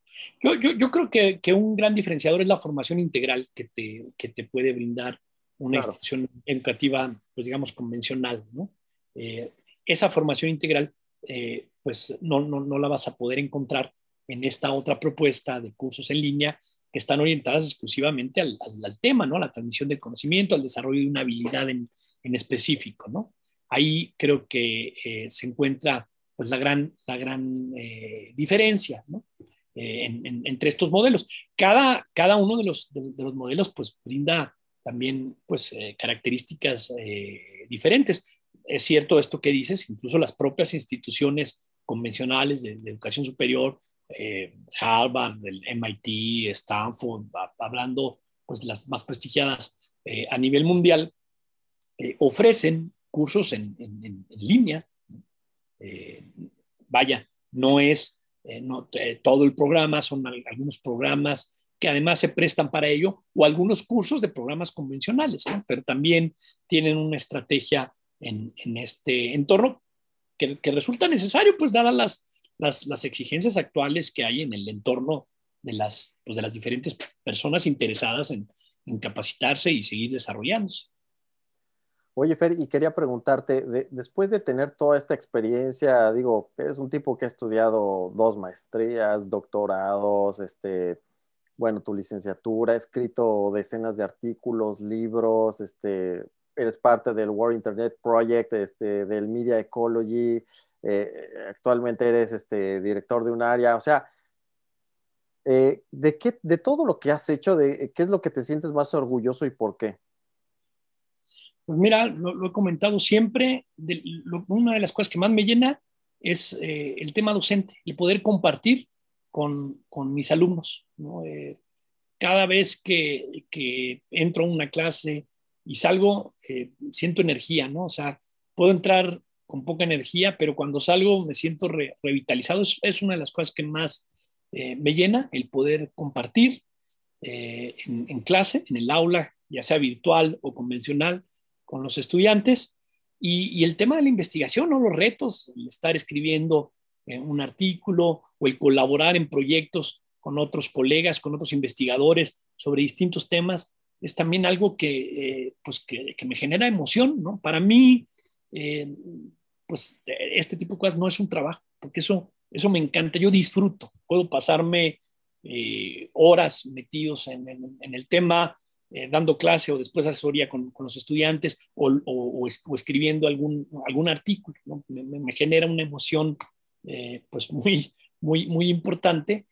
Yo creo que un gran diferenciador es la formación integral que te puede brindar una Claro, institución educativa, pues digamos, convencional, ¿no? Eh, Esa formación integral, pues no la vas a poder encontrar en esta otra propuesta de cursos en línea que están orientadas exclusivamente al tema, ¿no? A la transmisión del conocimiento, al desarrollo de una habilidad en específico, ¿no? ahí creo que se encuentra pues, la gran diferencia, ¿no? Entre estos modelos. Cada uno de los modelos pues, brinda también pues, características diferentes. Es cierto esto que dices, incluso las propias instituciones convencionales de educación superior, Harvard, el MIT, Stanford, hablando pues las más prestigiadas a nivel mundial, ofrecen cursos en línea. Eh, Vaya, no es no, todo el programa, son algunos programas que además se prestan para ello, o algunos cursos de programas convencionales, ¿no? Pero también tienen una estrategia en este entorno que resulta necesario, pues dadas las exigencias actuales que hay en el entorno pues, de las diferentes personas interesadas en capacitarse y seguir desarrollándose. Oye, Fer, y quería preguntarte, después de tener toda esta experiencia, digo, eres un tipo que ha estudiado 2 maestrías, doctorados, bueno, tu licenciatura, ha escrito decenas de artículos, libros, eres parte del World Internet Project, del Media Ecology, actualmente eres director de un área, o sea, de todo lo que has hecho, ¿qué es lo que te sientes más orgulloso y por qué? Pues mira, lo he comentado siempre, una de las cosas que más me llena es el tema docente, el poder compartir con mis alumnos, ¿no? Cada vez que entro a una clase y salgo, siento energía, ¿no? O sea, puedo entrar con poca energía, pero cuando salgo me siento revitalizado. Es una de las cosas que más me llena, el poder compartir en clase, en el aula, ya sea virtual o convencional, con los estudiantes. Y el tema de la investigación, ¿no? Los retos, el estar escribiendo un artículo o el colaborar en proyectos con otros colegas, con otros investigadores sobre distintos temas, es también algo pues que me genera emoción, ¿no? Para mí, pues este tipo de cosas no es un trabajo, porque eso me encanta, yo disfruto, puedo pasarme horas metidos en el tema, dando clase o después asesoría con los estudiantes o escribiendo algún artículo, ¿no? Me genera una emoción pues muy importante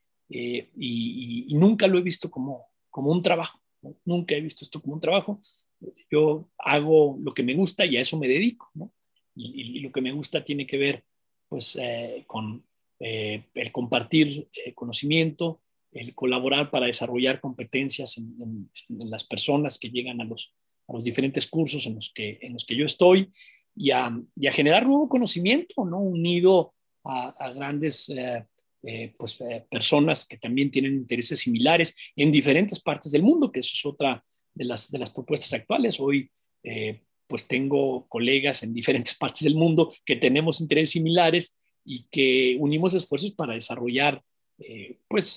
y nunca lo he visto como un trabajo, ¿no? Nunca he visto esto como un trabajo. Yo hago lo que me gusta y a eso me dedico, ¿no? Y lo que me gusta tiene que ver pues con el compartir conocimiento, el colaborar para desarrollar competencias en las personas que llegan a los diferentes cursos en los que yo estoy y a generar nuevo conocimiento, ¿no? Unido a grandes pues, personas que también tienen intereses similares en diferentes partes del mundo, que eso es otra de las propuestas actuales. Hoy pues tengo colegas en diferentes partes del mundo que tenemos intereses similares y que unimos esfuerzos para desarrollar pues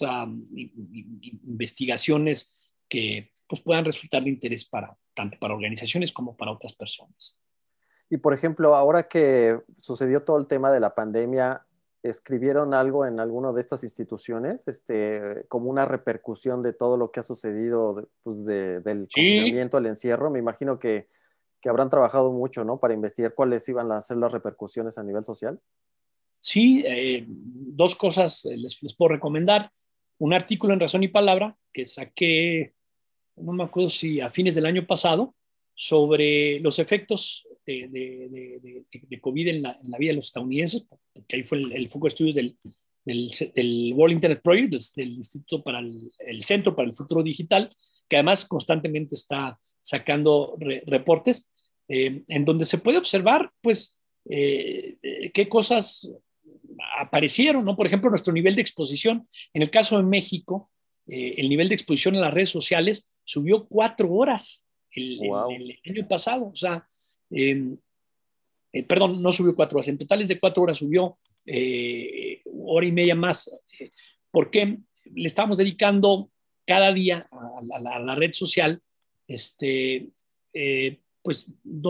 investigaciones que pues, puedan resultar de interés tanto para organizaciones como para otras personas. Y por ejemplo, ahora que sucedió todo el tema de la pandemia, ¿escribieron algo en alguna de estas instituciones, como una repercusión de todo lo que ha sucedido pues del Sí, confinamiento, el encierro? Me imagino que habrán trabajado mucho, ¿no? Para investigar cuáles iban a ser las repercusiones a nivel social. sí, dos cosas les puedo recomendar. Un artículo en Razón y Palabra que saqué, no me acuerdo si a fines del año pasado, sobre los efectos de COVID en la vida de los estadounidenses, porque ahí fue el foco de estudios del World Internet Project, del Instituto para el Centro para el Futuro Digital, que además constantemente está sacando reportes, en donde se puede observar, pues, qué cosas aparecieron, ¿no? Por ejemplo, nuestro nivel de exposición. En el caso de México, el nivel de exposición en las redes sociales subió 4 horas Wow. el año pasado. O sea, eh, perdón, no subió 4 horas. En total es de 4 horas, subió hora y media más. Porque le estamos dedicando cada día a la red social, pues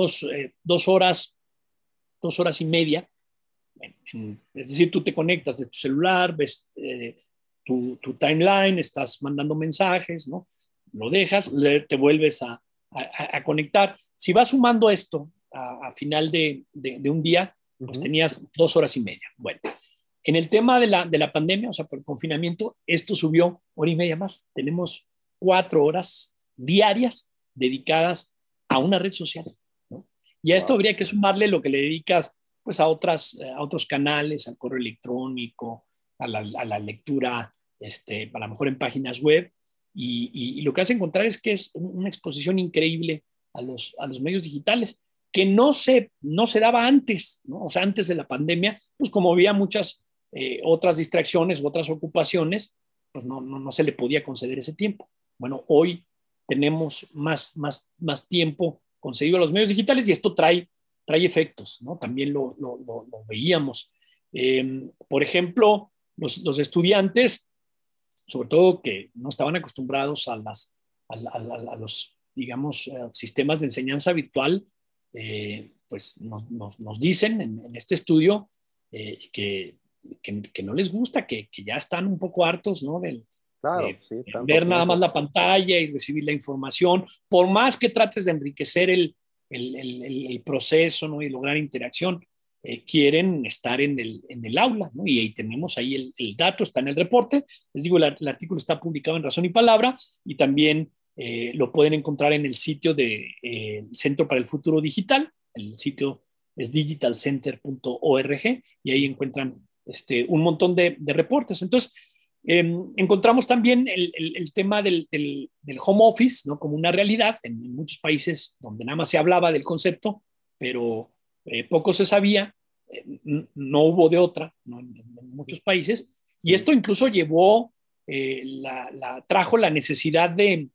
2 horas y media. Es decir, tú te conectas de tu celular, ves tu timeline, estás mandando mensajes, ¿no? Lo dejas, te vuelves a conectar. Si vas sumando esto a final de un día, pues Ujú. tenías 2 horas y media. Bueno, en el tema de la pandemia, o sea, por el confinamiento, esto subió hora y media más. Tenemos 4 horas diarias dedicadas a una red social, ¿no? Y a esto Wow. habría que sumarle lo que le dedicas pues a otros canales, al correo electrónico, a la lectura, a lo mejor en páginas web. Y lo que vas a encontrar es que es una exposición increíble a los medios digitales que no se daba antes, ¿no? O sea, antes de la pandemia, pues como había muchas otras distracciones u otras ocupaciones, pues no se le podía conceder ese tiempo. Bueno, hoy tenemos más tiempo concedido a los medios digitales y esto trae efectos, ¿no? También lo veíamos. Por ejemplo, los estudiantes, sobre todo que no estaban acostumbrados a los, digamos, sistemas de enseñanza virtual, pues nos dicen en este estudio que no les gusta, que ya están un poco hartos, ¿no? Claro, De sí, tanto ver nada más tiempo. la pantalla y recibir la información, por más que trates de enriquecer el proceso, ¿no? Y lograr interacción, quieren estar en el aula, ¿no? Y ahí tenemos ahí el dato, está en el reporte. Les digo, el artículo está publicado en Razón y Palabra y también lo pueden encontrar en el sitio del Centro para el Futuro Digital. El sitio es digitalcenter.org y ahí encuentran un montón de reportes. Entonces, encontramos también el tema del home office, ¿no? Como una realidad en muchos países donde nada más se hablaba del concepto, pero poco se sabía, no hubo de otra, ¿no? En muchos países, y Sí, esto incluso llevó, trajo la necesidad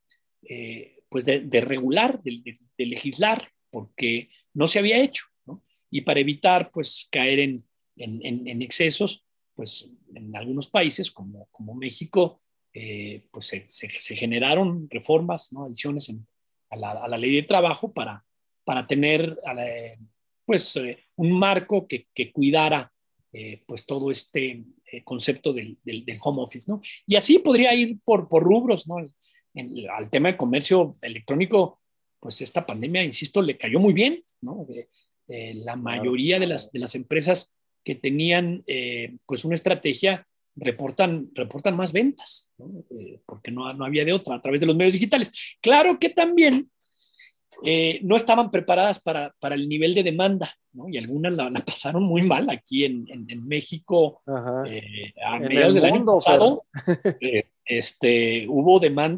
pues de regular, de legislar, porque no se había hecho, ¿no? Y para evitar pues caer en excesos, pues en algunos países como México, pues se generaron reformas, ¿no? Adiciones a la ley de trabajo para tener pues un marco que cuidara pues todo concepto del home office, ¿no? Y así podría ir por rubros, ¿no? Al tema de comercio electrónico, pues esta pandemia, insisto, le cayó muy bien, ¿no? La claro. mayoría de las empresas que tenían pues una estrategia reportan más ventas, ¿no? Porque no había de otra a través de los medios digitales. Claro que también no estaban preparadas para el nivel de demanda, ¿no? Y algunas la pasaron muy mal aquí en México. Ajá. A En el mediados del año mundo, Fer. pasado hubo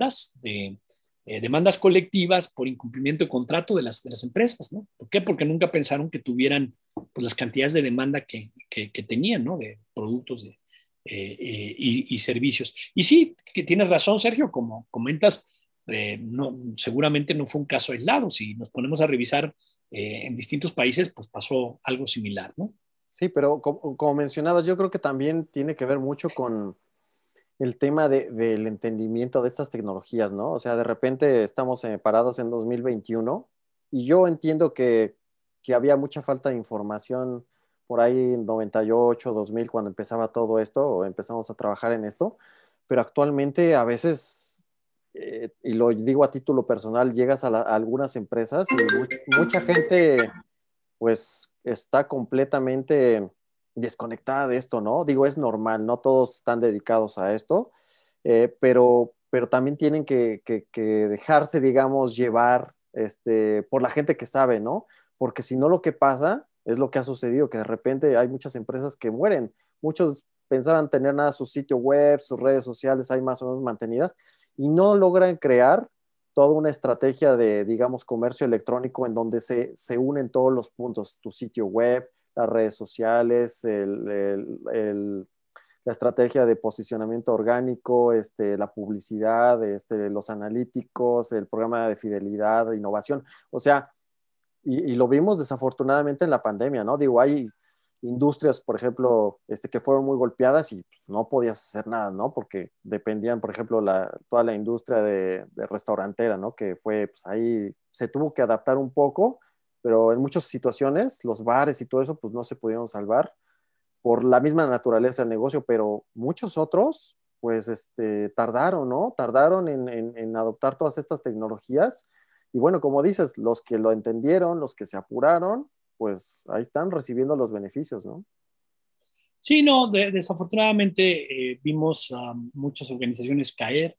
demandas colectivas por incumplimiento de contrato de las empresas, ¿no? ¿Por qué? Porque nunca pensaron que tuvieran pues, las cantidades de demanda que tenían, ¿no? De productos y servicios. Y sí, que tienes razón, Sergio, como comentas, no, seguramente no fue un caso aislado. Si nos ponemos a revisar en distintos países, pues pasó algo similar, ¿no? Sí, pero como mencionabas, yo creo que también tiene que ver mucho con el tema del entendimiento de estas tecnologías, ¿no? O sea, de repente estamos parados en 2021 y yo entiendo que había mucha falta de información por ahí en 98, 2000, cuando empezaba todo esto o empezamos a trabajar en esto, pero actualmente a veces, y lo digo a título personal, llegas a algunas empresas y mucha gente pues está completamente desconectada de esto, ¿no? Digo, es normal, no todos están dedicados a esto, pero también tienen que dejarse, digamos, llevar por la gente que sabe, ¿no? Porque si no, lo que pasa es lo que ha sucedido, que de repente hay muchas empresas que mueren. Muchos pensaban tener nada su sitio web, sus redes sociales ahí más o menos mantenidas y no logran crear toda una estrategia de, digamos, comercio electrónico en donde se unen todos los puntos, tu sitio web, las redes sociales, la estrategia de posicionamiento orgánico, la publicidad, los analíticos, el programa de fidelidad, innovación. O sea, y lo vimos desafortunadamente en la pandemia, ¿no? Digo, hay industrias, por ejemplo, que fueron muy golpeadas y pues, no podías hacer nada, ¿no? Porque dependían, por ejemplo, toda la industria de restaurantera, ¿no? Que fue, pues ahí se tuvo que adaptar un poco, pero en muchas situaciones los bares y todo eso, pues no se pudieron salvar por la misma naturaleza del negocio, pero muchos otros, pues, tardaron, ¿no? Tardaron en adoptar todas estas tecnologías Y bueno, como dices, los que lo entendieron, los que se apuraron, pues ahí están recibiendo los beneficios, ¿no? Sí, no, desafortunadamente vimos a muchas organizaciones caer.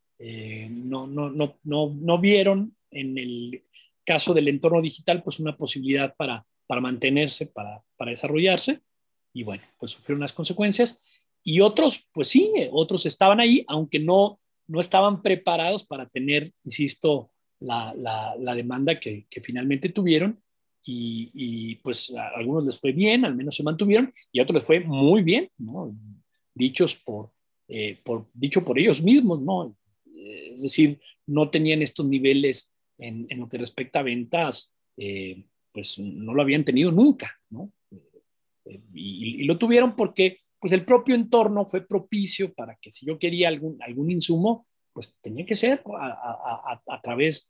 No vieron en el caso del entorno digital pues una posibilidad para mantenerse, para desarrollarse, y bueno, pues sufrieron las consecuencias. Y otros, pues sí, otros estaban ahí, aunque no estaban preparados para tener, insisto, la demanda que finalmente tuvieron. Pues a algunos les fue bien, al menos se mantuvieron, y a otros les fue muy bien, ¿no? Dichos dicho por ellos mismos, ¿no? Es decir, no tenían estos niveles en lo que respecta a ventas, pues no lo habían tenido nunca, ¿no? Y lo tuvieron porque pues el propio entorno fue propicio para que si yo quería algún insumo, pues tenía que ser a través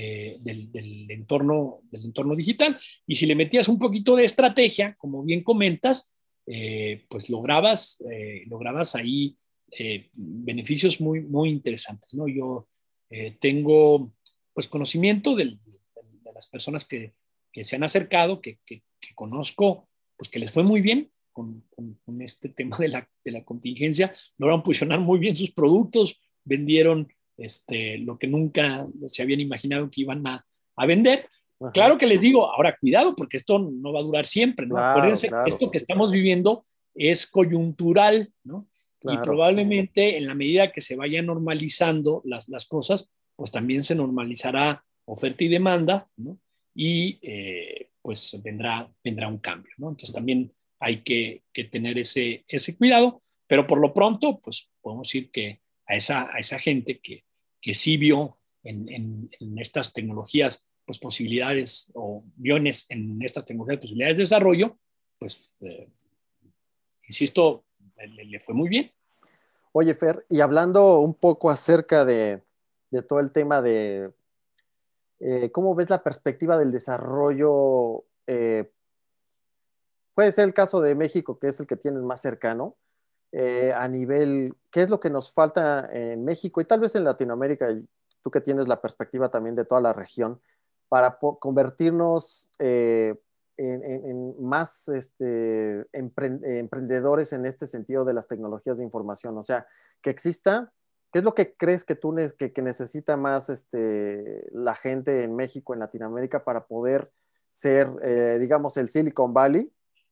del entorno digital. Y si le metías un poquito de estrategia, como bien comentas, pues lograbas ahí beneficios muy interesantes, ¿no? Yo tengo pues conocimiento de las personas que se han acercado, que conozco, pues que les fue muy bien con este tema de la contingencia, lograron posicionar muy bien sus productos, vendieron lo que nunca se habían imaginado que iban a vender. Ajá. Claro que les digo, ahora cuidado, porque esto no va a durar siempre, ¿no? Claro, Acuérdense que claro, esto que estamos viviendo es coyuntural, ¿no? Y claro. probablemente en la medida que se vayan normalizando las cosas, pues también se normalizará oferta y demanda, ¿no? Y pues vendrá un cambio, ¿no? Entonces también hay que tener ese cuidado, pero por lo pronto, pues podemos decir que a esa gente que sí vio en estas tecnologías, pues posibilidades, o vio en estas tecnologías posibilidades de desarrollo, pues, insisto, le fue muy bien. Oye, Fer, y hablando un poco acerca de todo el tema de cómo ves la perspectiva del desarrollo, puede ser el caso de México, que es el que tienes más cercano, a nivel, ¿qué es lo que nos falta en México y tal vez en Latinoamérica, y tú que tienes la perspectiva también de toda la región, para convertirnos en más emprendedores en este sentido de las tecnologías de información? O sea, que exista, ¿qué es lo que crees que que necesita más la gente en México, en Latinoamérica, para poder ser, digamos, el Silicon Valley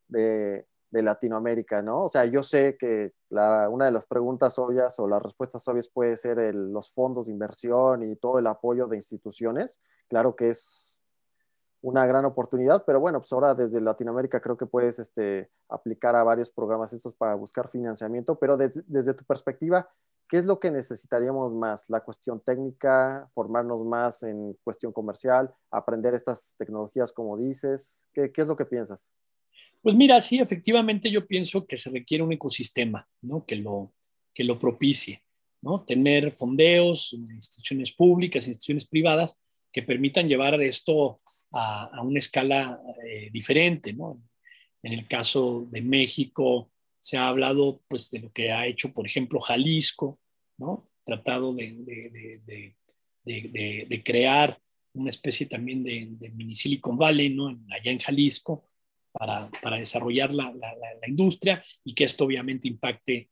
de Latinoamérica, ¿no? O sea, yo sé que una de las preguntas obvias o las respuestas obvias puede ser los fondos de inversión y todo el apoyo de instituciones. Claro que es una gran oportunidad, pero bueno, pues ahora desde Latinoamérica creo que puedes aplicar a varios programas estos para buscar financiamiento, pero desde tu perspectiva, ¿qué es lo que necesitaríamos más? ¿La cuestión técnica, formarnos más en cuestión comercial, aprender estas tecnologías como dices? ¿Qué es lo que piensas? Pues mira, sí, efectivamente yo pienso que se requiere un ecosistema, ¿no? Que lo propicie, ¿no? Tener fondeos, instituciones públicas, instituciones privadas que permitan llevar esto a una escala diferente, ¿no? En el caso de México se ha hablado pues de lo que ha hecho, por ejemplo, Jalisco, ¿no? Tratado de crear una especie también de mini Silicon Valley, ¿no? Allá en Jalisco, para desarrollar la industria, y que esto obviamente impacte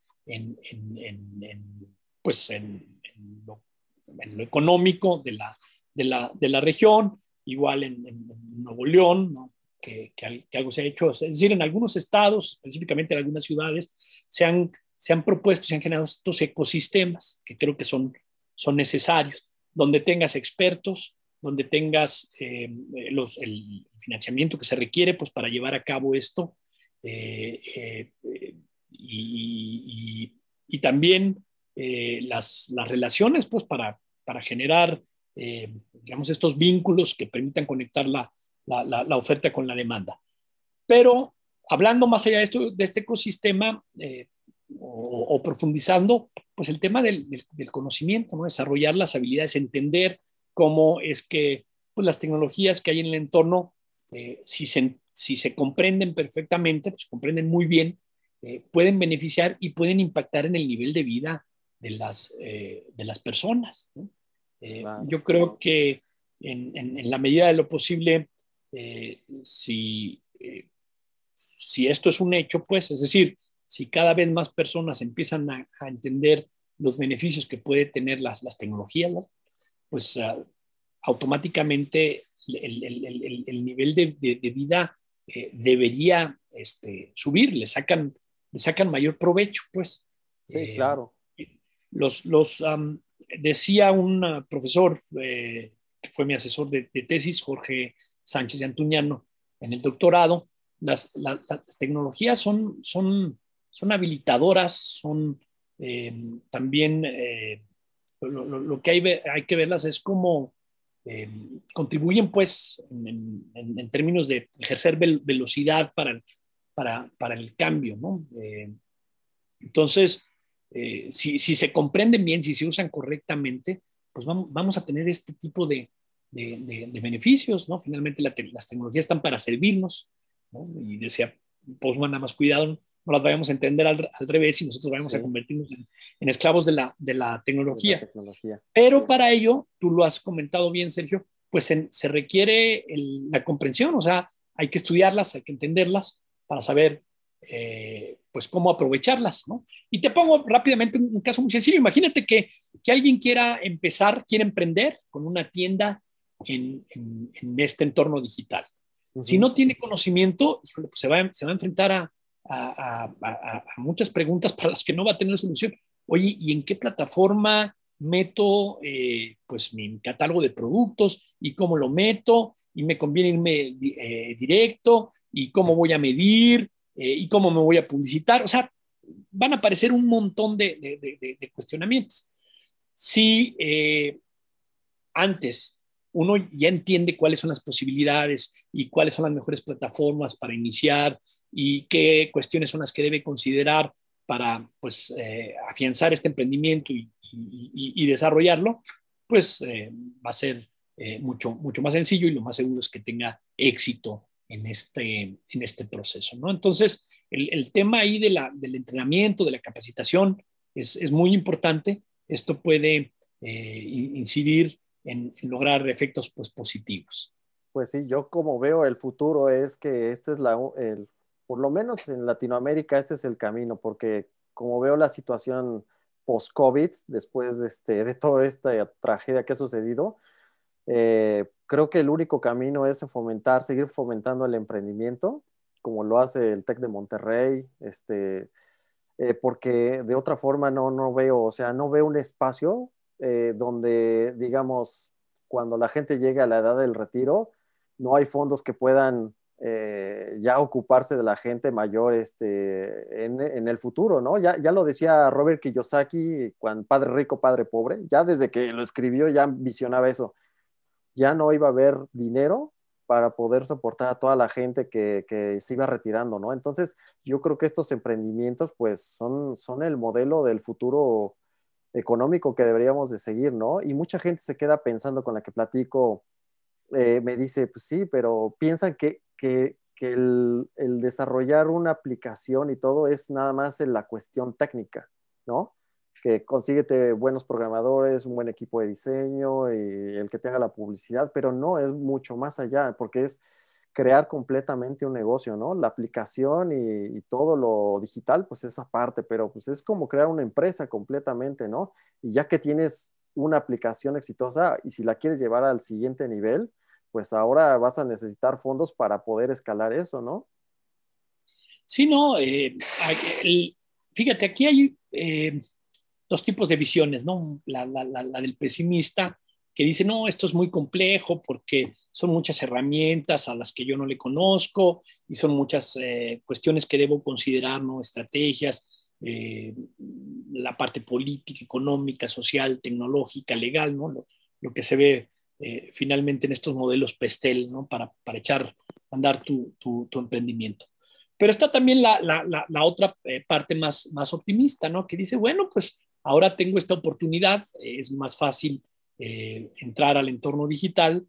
pues en lo económico de la región, igual en Nuevo León, ¿no? Que algo se ha hecho, es decir, en algunos estados, específicamente en algunas ciudades, se han propuesto, se han generado estos ecosistemas que creo que son necesarios, donde tengas expertos, donde tengas el financiamiento que se requiere pues, para llevar a cabo esto, eh, eh, eh, y también las relaciones pues, para generar, digamos, estos vínculos que permitan conectar la oferta con la demanda. Pero hablando más allá de este ecosistema, o profundizando, pues el tema del conocimiento, ¿no? Desarrollar las habilidades, entender cómo es que pues, las tecnologías que hay en el entorno, si se comprenden perfectamente, pues comprenden muy bien, pueden beneficiar y pueden impactar en el nivel de vida de las personas, ¿no? Claro. Yo creo que en la medida de lo posible, si esto es un hecho, pues, es decir, si cada vez más personas empiezan a entender los beneficios que puede tener las tecnologías, ¿no? Pues automáticamente el nivel de vida debería subir, le sacan mayor provecho, pues. Sí, Eh, claro. Decía un profesor que fue mi asesor de tesis, Jorge Sánchez de Antuñano, en el doctorado, las tecnologías son habilitadoras, son también, lo que hay que verlas es como eh, contribuyen pues en términos de ejercer velocidad para el cambio, ¿no? Entonces, si se comprenden bien, si se usan correctamente, pues vamos a tener este tipo de beneficios, ¿no? Finalmente las tecnologías están para servirnos, ¿no? Y decía Postman, nada más cuidado, no las vayamos a entender al revés y nosotros vayamos a Sí, convertirnos en esclavos de la de la tecnología. tecnología. Pero para ello, tú lo has comentado bien, Sergio, pues se requiere la comprensión, o sea, hay que estudiarlas, hay que entenderlas para saber pues cómo aprovecharlas, ¿no? Y te pongo rápidamente un caso muy sencillo. Imagínate que alguien quiera emprender con una tienda en este entorno digital. Si Ujú. no tiene conocimiento, pues se va a enfrentar a muchas preguntas para las que no va a tener solución. Oye, ¿y en qué plataforma meto pues mi catálogo de productos y cómo lo meto? Y me conviene irme directo y cómo voy a medir y cómo me voy a publicitar. O sea, van a aparecer un montón de cuestionamientos. Si antes uno ya entiende cuáles son las posibilidades y cuáles son las mejores plataformas para iniciar y qué cuestiones son las que debe considerar para pues, afianzar este emprendimiento y desarrollarlo, pues va a ser mucho más sencillo y lo más seguro es que tenga éxito en este proceso, ¿no? Entonces, el tema ahí del entrenamiento, de la capacitación, es muy importante. Esto puede incidir en lograr efectos pues, positivos. Pues sí, yo como veo el futuro es que este es por lo menos en Latinoamérica, este es el camino, porque como veo la situación post-COVID, después de toda esta tragedia que ha sucedido, creo que el único camino es seguir fomentando el emprendimiento, como lo hace el TEC de Monterrey, porque de otra forma no veo, o sea, no veo un espacio donde, digamos, cuando la gente llegue a la edad del retiro, no hay fondos que puedan ya ocuparse de la gente mayor en el futuro, ¿no? Ya lo decía Robert Kiyosaki, cuando Padre Rico, Padre Pobre, ya desde que lo escribió ya visionaba eso, ya no iba a haber dinero para poder soportar a toda la gente que se iba retirando, ¿no? Entonces, yo creo que estos emprendimientos, pues, son el modelo del futuro económico que deberíamos de seguir, ¿no? Y mucha gente se queda pensando con la que platico, me dice, pues sí, pero piensan que el desarrollar una aplicación y todo es nada más en la cuestión técnica, ¿no? Que consíguete buenos programadores, un buen equipo de diseño y el que tenga la publicidad, pero no, es mucho más allá, porque es crear completamente un negocio, ¿no? La aplicación y todo lo digital, pues esa parte, pero pues es como crear una empresa completamente, ¿no? Y ya que tienes una aplicación exitosa y si la quieres llevar al siguiente nivel, pues ahora vas a necesitar fondos para poder escalar eso, ¿no? Sí, no, fíjate, aquí hay dos tipos de visiones, ¿no? La del pesimista que dice, no, esto es muy complejo porque son muchas herramientas a las que yo no le conozco y son muchas cuestiones que debo considerar, ¿no? Estrategias, la parte política, económica, social, tecnológica, legal, ¿no? Lo que se ve finalmente en estos modelos PESTEL, ¿no? Para echar a andar tu emprendimiento. Pero está también la otra parte más optimista, ¿no? Que dice, bueno, pues ahora tengo esta oportunidad, es más fácil entrar al entorno digital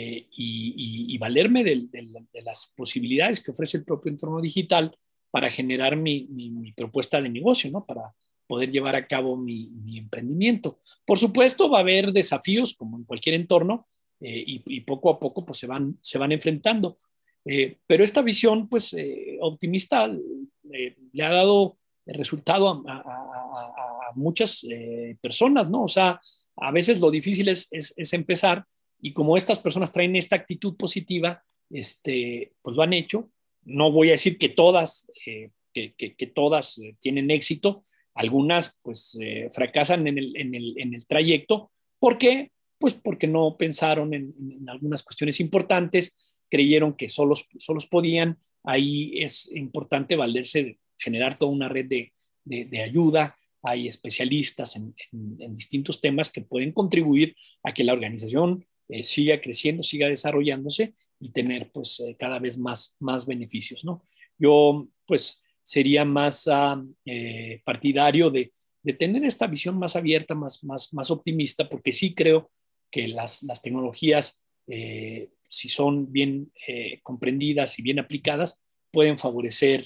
y valerme de las posibilidades que ofrece el propio entorno digital para generar mi propuesta de negocio, ¿no? Para poder llevar a cabo mi emprendimiento. Por supuesto, va a haber desafíos, como en cualquier entorno, y poco a poco pues se van enfrentando. Pero esta visión pues optimista le ha dado resultado a muchas personas, ¿no? O sea, a veces lo difícil es empezar, y como estas personas traen esta actitud positiva, pues lo han hecho. No voy a decir que todas, que todas tienen éxito, algunas pues fracasan en el trayecto. ¿Por qué? Pues porque no pensaron en algunas cuestiones importantes, creyeron que solos podían. Ahí es importante valerse, generar toda una red de ayuda. Hay especialistas en distintos temas que pueden contribuir a que la organización siga creciendo, siga desarrollándose y tener pues cada vez más beneficios, ¿no? Yo pues sería más partidario de tener esta visión más abierta, más optimista, porque sí creo que las tecnologías, si son bien comprendidas y bien aplicadas, pueden favorecer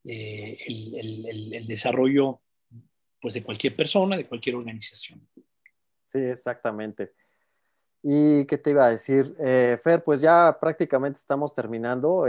el desarrollo pues, de cualquier persona, de cualquier organización. Sí, exactamente. ¿Y qué te iba a decir? Fer, pues ya prácticamente estamos terminando.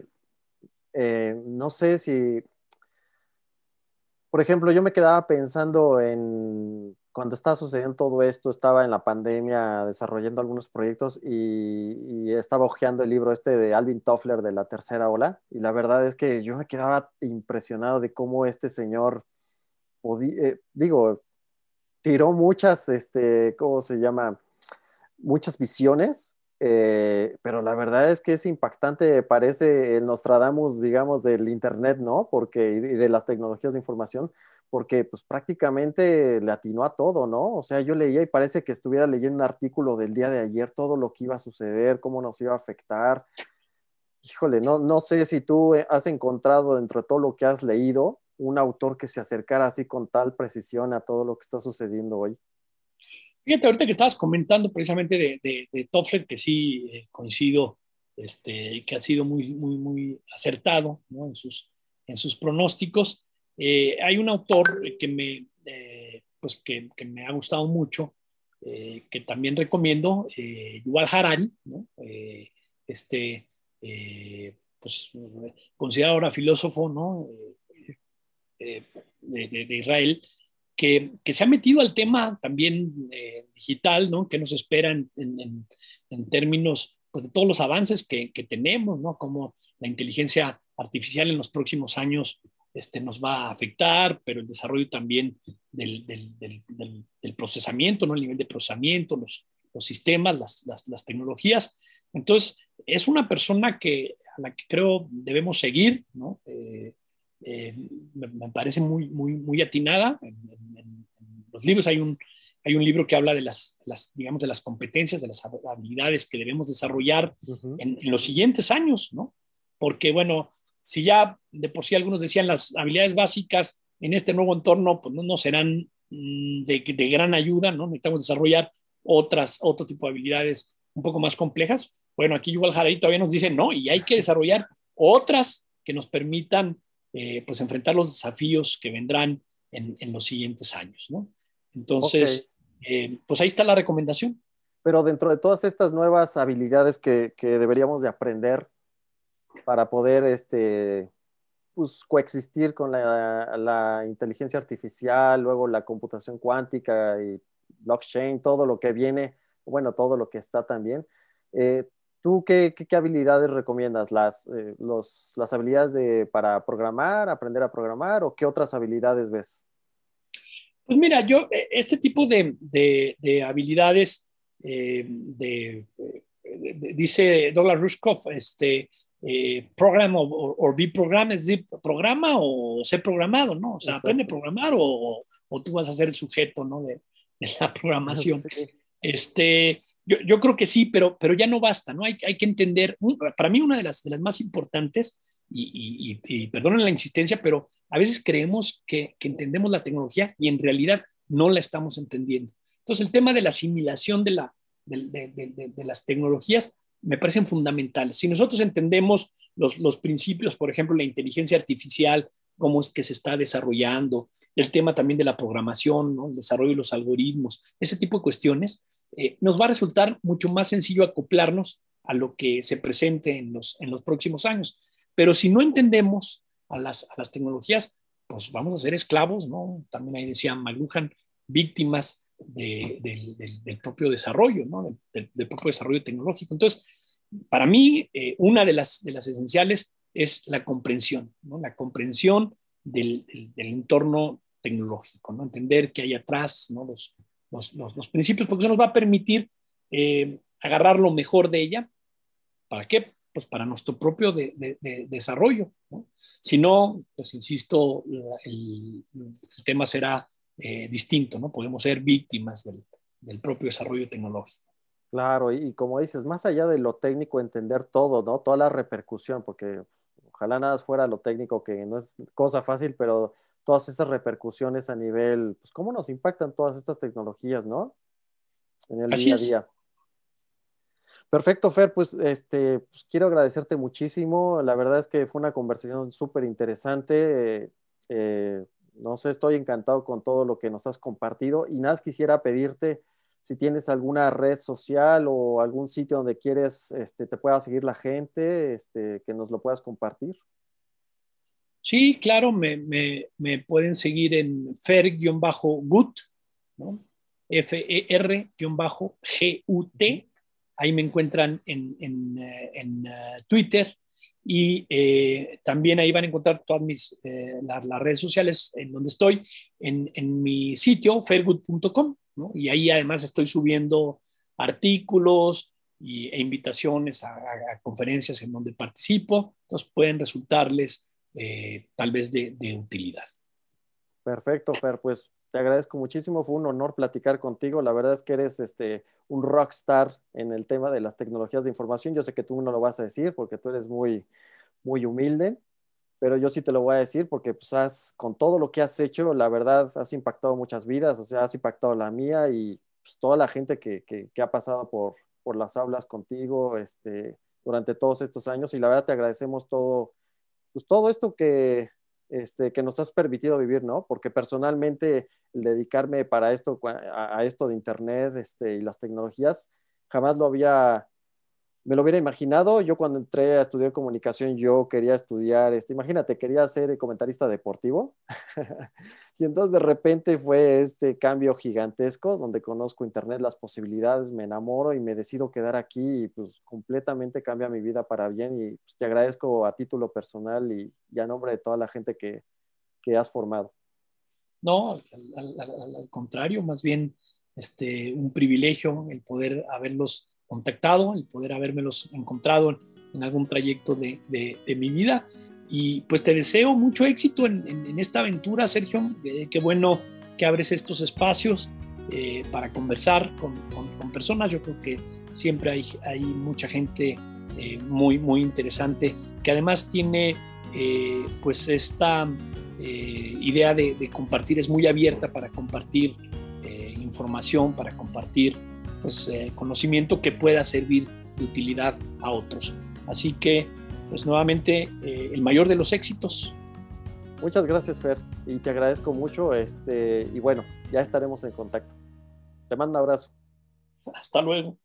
No sé si, por ejemplo, yo me quedaba pensando en cuando estaba sucediendo todo esto, estaba en la pandemia desarrollando algunos proyectos y estaba hojeando el libro este de Alvin Toffler de la tercera ola, y la verdad es que yo me quedaba impresionado de cómo este señor, digo, tiró muchas, ¿cómo se llama? Muchas visiones, pero la verdad es que es impactante, parece el Nostradamus, digamos, del Internet, ¿no? Porque, y de las tecnologías de información, porque pues prácticamente le atinó a todo, ¿no? O sea, yo leía y parece que estuviera leyendo un artículo del día de ayer, todo lo que iba a suceder, cómo nos iba a afectar. Híjole, no sé si tú has encontrado dentro de todo lo que has leído un autor que se acercara así con tal precisión a todo lo que está sucediendo hoy. Fíjate, ahorita que estabas comentando precisamente de Toffler, que sí coincido, que ha sido muy acertado, ¿no? En sus pronósticos. Hay un autor pues que me ha gustado mucho, que también recomiendo, Yuval Harari, ¿no? Pues considerado ahora filósofo, ¿no? De Israel, que se ha metido al tema también digital, ¿no? Que nos espera en términos pues, de todos los avances que tenemos, ¿no? Como la inteligencia artificial en los próximos años nos va a afectar, pero el desarrollo también del procesamiento, ¿no? El nivel de procesamiento, los sistemas, las tecnologías. Entonces, es una persona a la que creo debemos seguir, ¿no? Me parece muy atinada. En los libros hay un libro que habla de digamos, de las competencias, de las habilidades que debemos desarrollar Ujú. en los siguientes años, ¿no? Porque, bueno, si ya de por sí algunos decían las habilidades básicas en este nuevo entorno, pues no serán de gran ayuda, ¿no? Necesitamos desarrollar otro tipo de habilidades un poco más complejas. Bueno, aquí Yuval Harari todavía nos dice, no, y hay que desarrollar otras que nos permitan pues enfrentar los desafíos que vendrán en los siguientes años, ¿no? Ok, Entonces, pues ahí está la recomendación. pero dentro de todas estas nuevas habilidades que deberíamos de aprender para poder pues, coexistir con la inteligencia artificial, luego la computación cuántica y blockchain, todo lo que viene, bueno, todo lo que está también. Eh, ¿Tú qué habilidades recomiendas? ¿Las habilidades para programar, aprender a programar o qué otras habilidades ves? Pues mira, yo este tipo de habilidades, dice Douglas Rushkoff, program o be program, es decir, programa o ser programado, ¿no? O sea, aprende a Exacto. programar o tú vas a ser el sujeto, ¿no? De la programación. Sí, Yo creo que sí, pero ya no basta, ¿no? Hay que entender, para mí una de las más importantes, y perdonen la insistencia, pero a veces creemos que entendemos la tecnología y en realidad no la estamos entendiendo. Entonces, el tema de la asimilación de las tecnologías me parecen fundamentales. Si nosotros entendemos los principios, por ejemplo, la inteligencia artificial, cómo es que se está desarrollando, el tema también de la programación, ¿no? El desarrollo de los algoritmos, ese tipo de cuestiones, nos va a resultar mucho más sencillo acoplarnos a lo que se presente en los próximos años. Pero si no entendemos a las tecnologías, pues vamos a ser esclavos, ¿no? También ahí decía McLuhan, víctimas del propio desarrollo, ¿no? Del propio desarrollo tecnológico. Entonces, para mí, una de las esenciales es la comprensión, ¿no? La comprensión del entorno tecnológico, ¿no? Entender qué hay atrás, ¿no? Los principios, porque eso nos va a permitir agarrar lo mejor de ella. ¿Para qué? Pues para nuestro propio desarrollo, ¿no? Si no, pues insisto, el tema será distinto, ¿no? Podemos ser víctimas del propio desarrollo tecnológico. Claro, y como dices, más allá de lo técnico, entender todo, ¿no? Toda la repercusión, porque ojalá nada fuera lo técnico, que no es cosa fácil, pero todas estas repercusiones a nivel, pues cómo nos impactan todas estas tecnologías, ¿no? En el Así día a es. día. Perfecto, Fer, pues, pues quiero agradecerte muchísimo. La verdad es que fue una conversación súper interesante. No sé, estoy encantado con todo lo que nos has compartido y nada más quisiera pedirte si tienes alguna red social o algún sitio donde quieres, te pueda seguir la gente, que nos lo puedas compartir. Sí, claro, me pueden seguir en fer-gut, ¿no? Fer-gut. Ahí me encuentran en Twitter y también ahí van a encontrar todas las redes sociales en donde estoy, en mi sitio, fergut.com, ¿no? Y ahí además estoy subiendo artículos e invitaciones a conferencias en donde participo, entonces pueden resultarles tal vez de utilidad. Perfecto, Fer, pues te agradezco muchísimo, fue un honor platicar contigo. La verdad es que eres un rockstar en el tema de las tecnologías de información. Yo sé que tú no lo vas a decir porque tú eres muy, muy humilde, pero yo sí te lo voy a decir porque pues, con todo lo que has hecho, la verdad, has impactado muchas vidas, o sea, has impactado la mía y pues, toda la gente que ha pasado por las aulas contigo durante todos estos años y la verdad te agradecemos todo, pues, todo esto que nos has permitido vivir, ¿no? Porque personalmente el dedicarme para esto, a esto de Internet y las tecnologías, jamás me lo hubiera imaginado. Yo cuando entré a estudiar comunicación, yo quería estudiar, imagínate, quería ser comentarista deportivo. Y entonces de repente fue este cambio gigantesco donde conozco Internet, las posibilidades, me enamoro y me decido quedar aquí y pues completamente cambia mi vida para bien y pues, te agradezco a título personal y a nombre de toda la gente que has formado. No, al contrario, más bien un privilegio el poder haberlos contactado, el poder habérmelos encontrado en algún trayecto de mi vida. Y pues te deseo mucho éxito en esta aventura, Sergio. Qué bueno que abres estos espacios para conversar con personas. Yo creo que siempre hay mucha gente muy, muy interesante que además tiene pues esta idea de compartir, es muy abierta para compartir información, para compartir pues, conocimiento que pueda servir de utilidad a otros. Así que, pues nuevamente, el mayor de los éxitos. Muchas gracias, Fer, y te agradezco mucho, y bueno, ya estaremos en contacto. Te mando un abrazo. Hasta luego.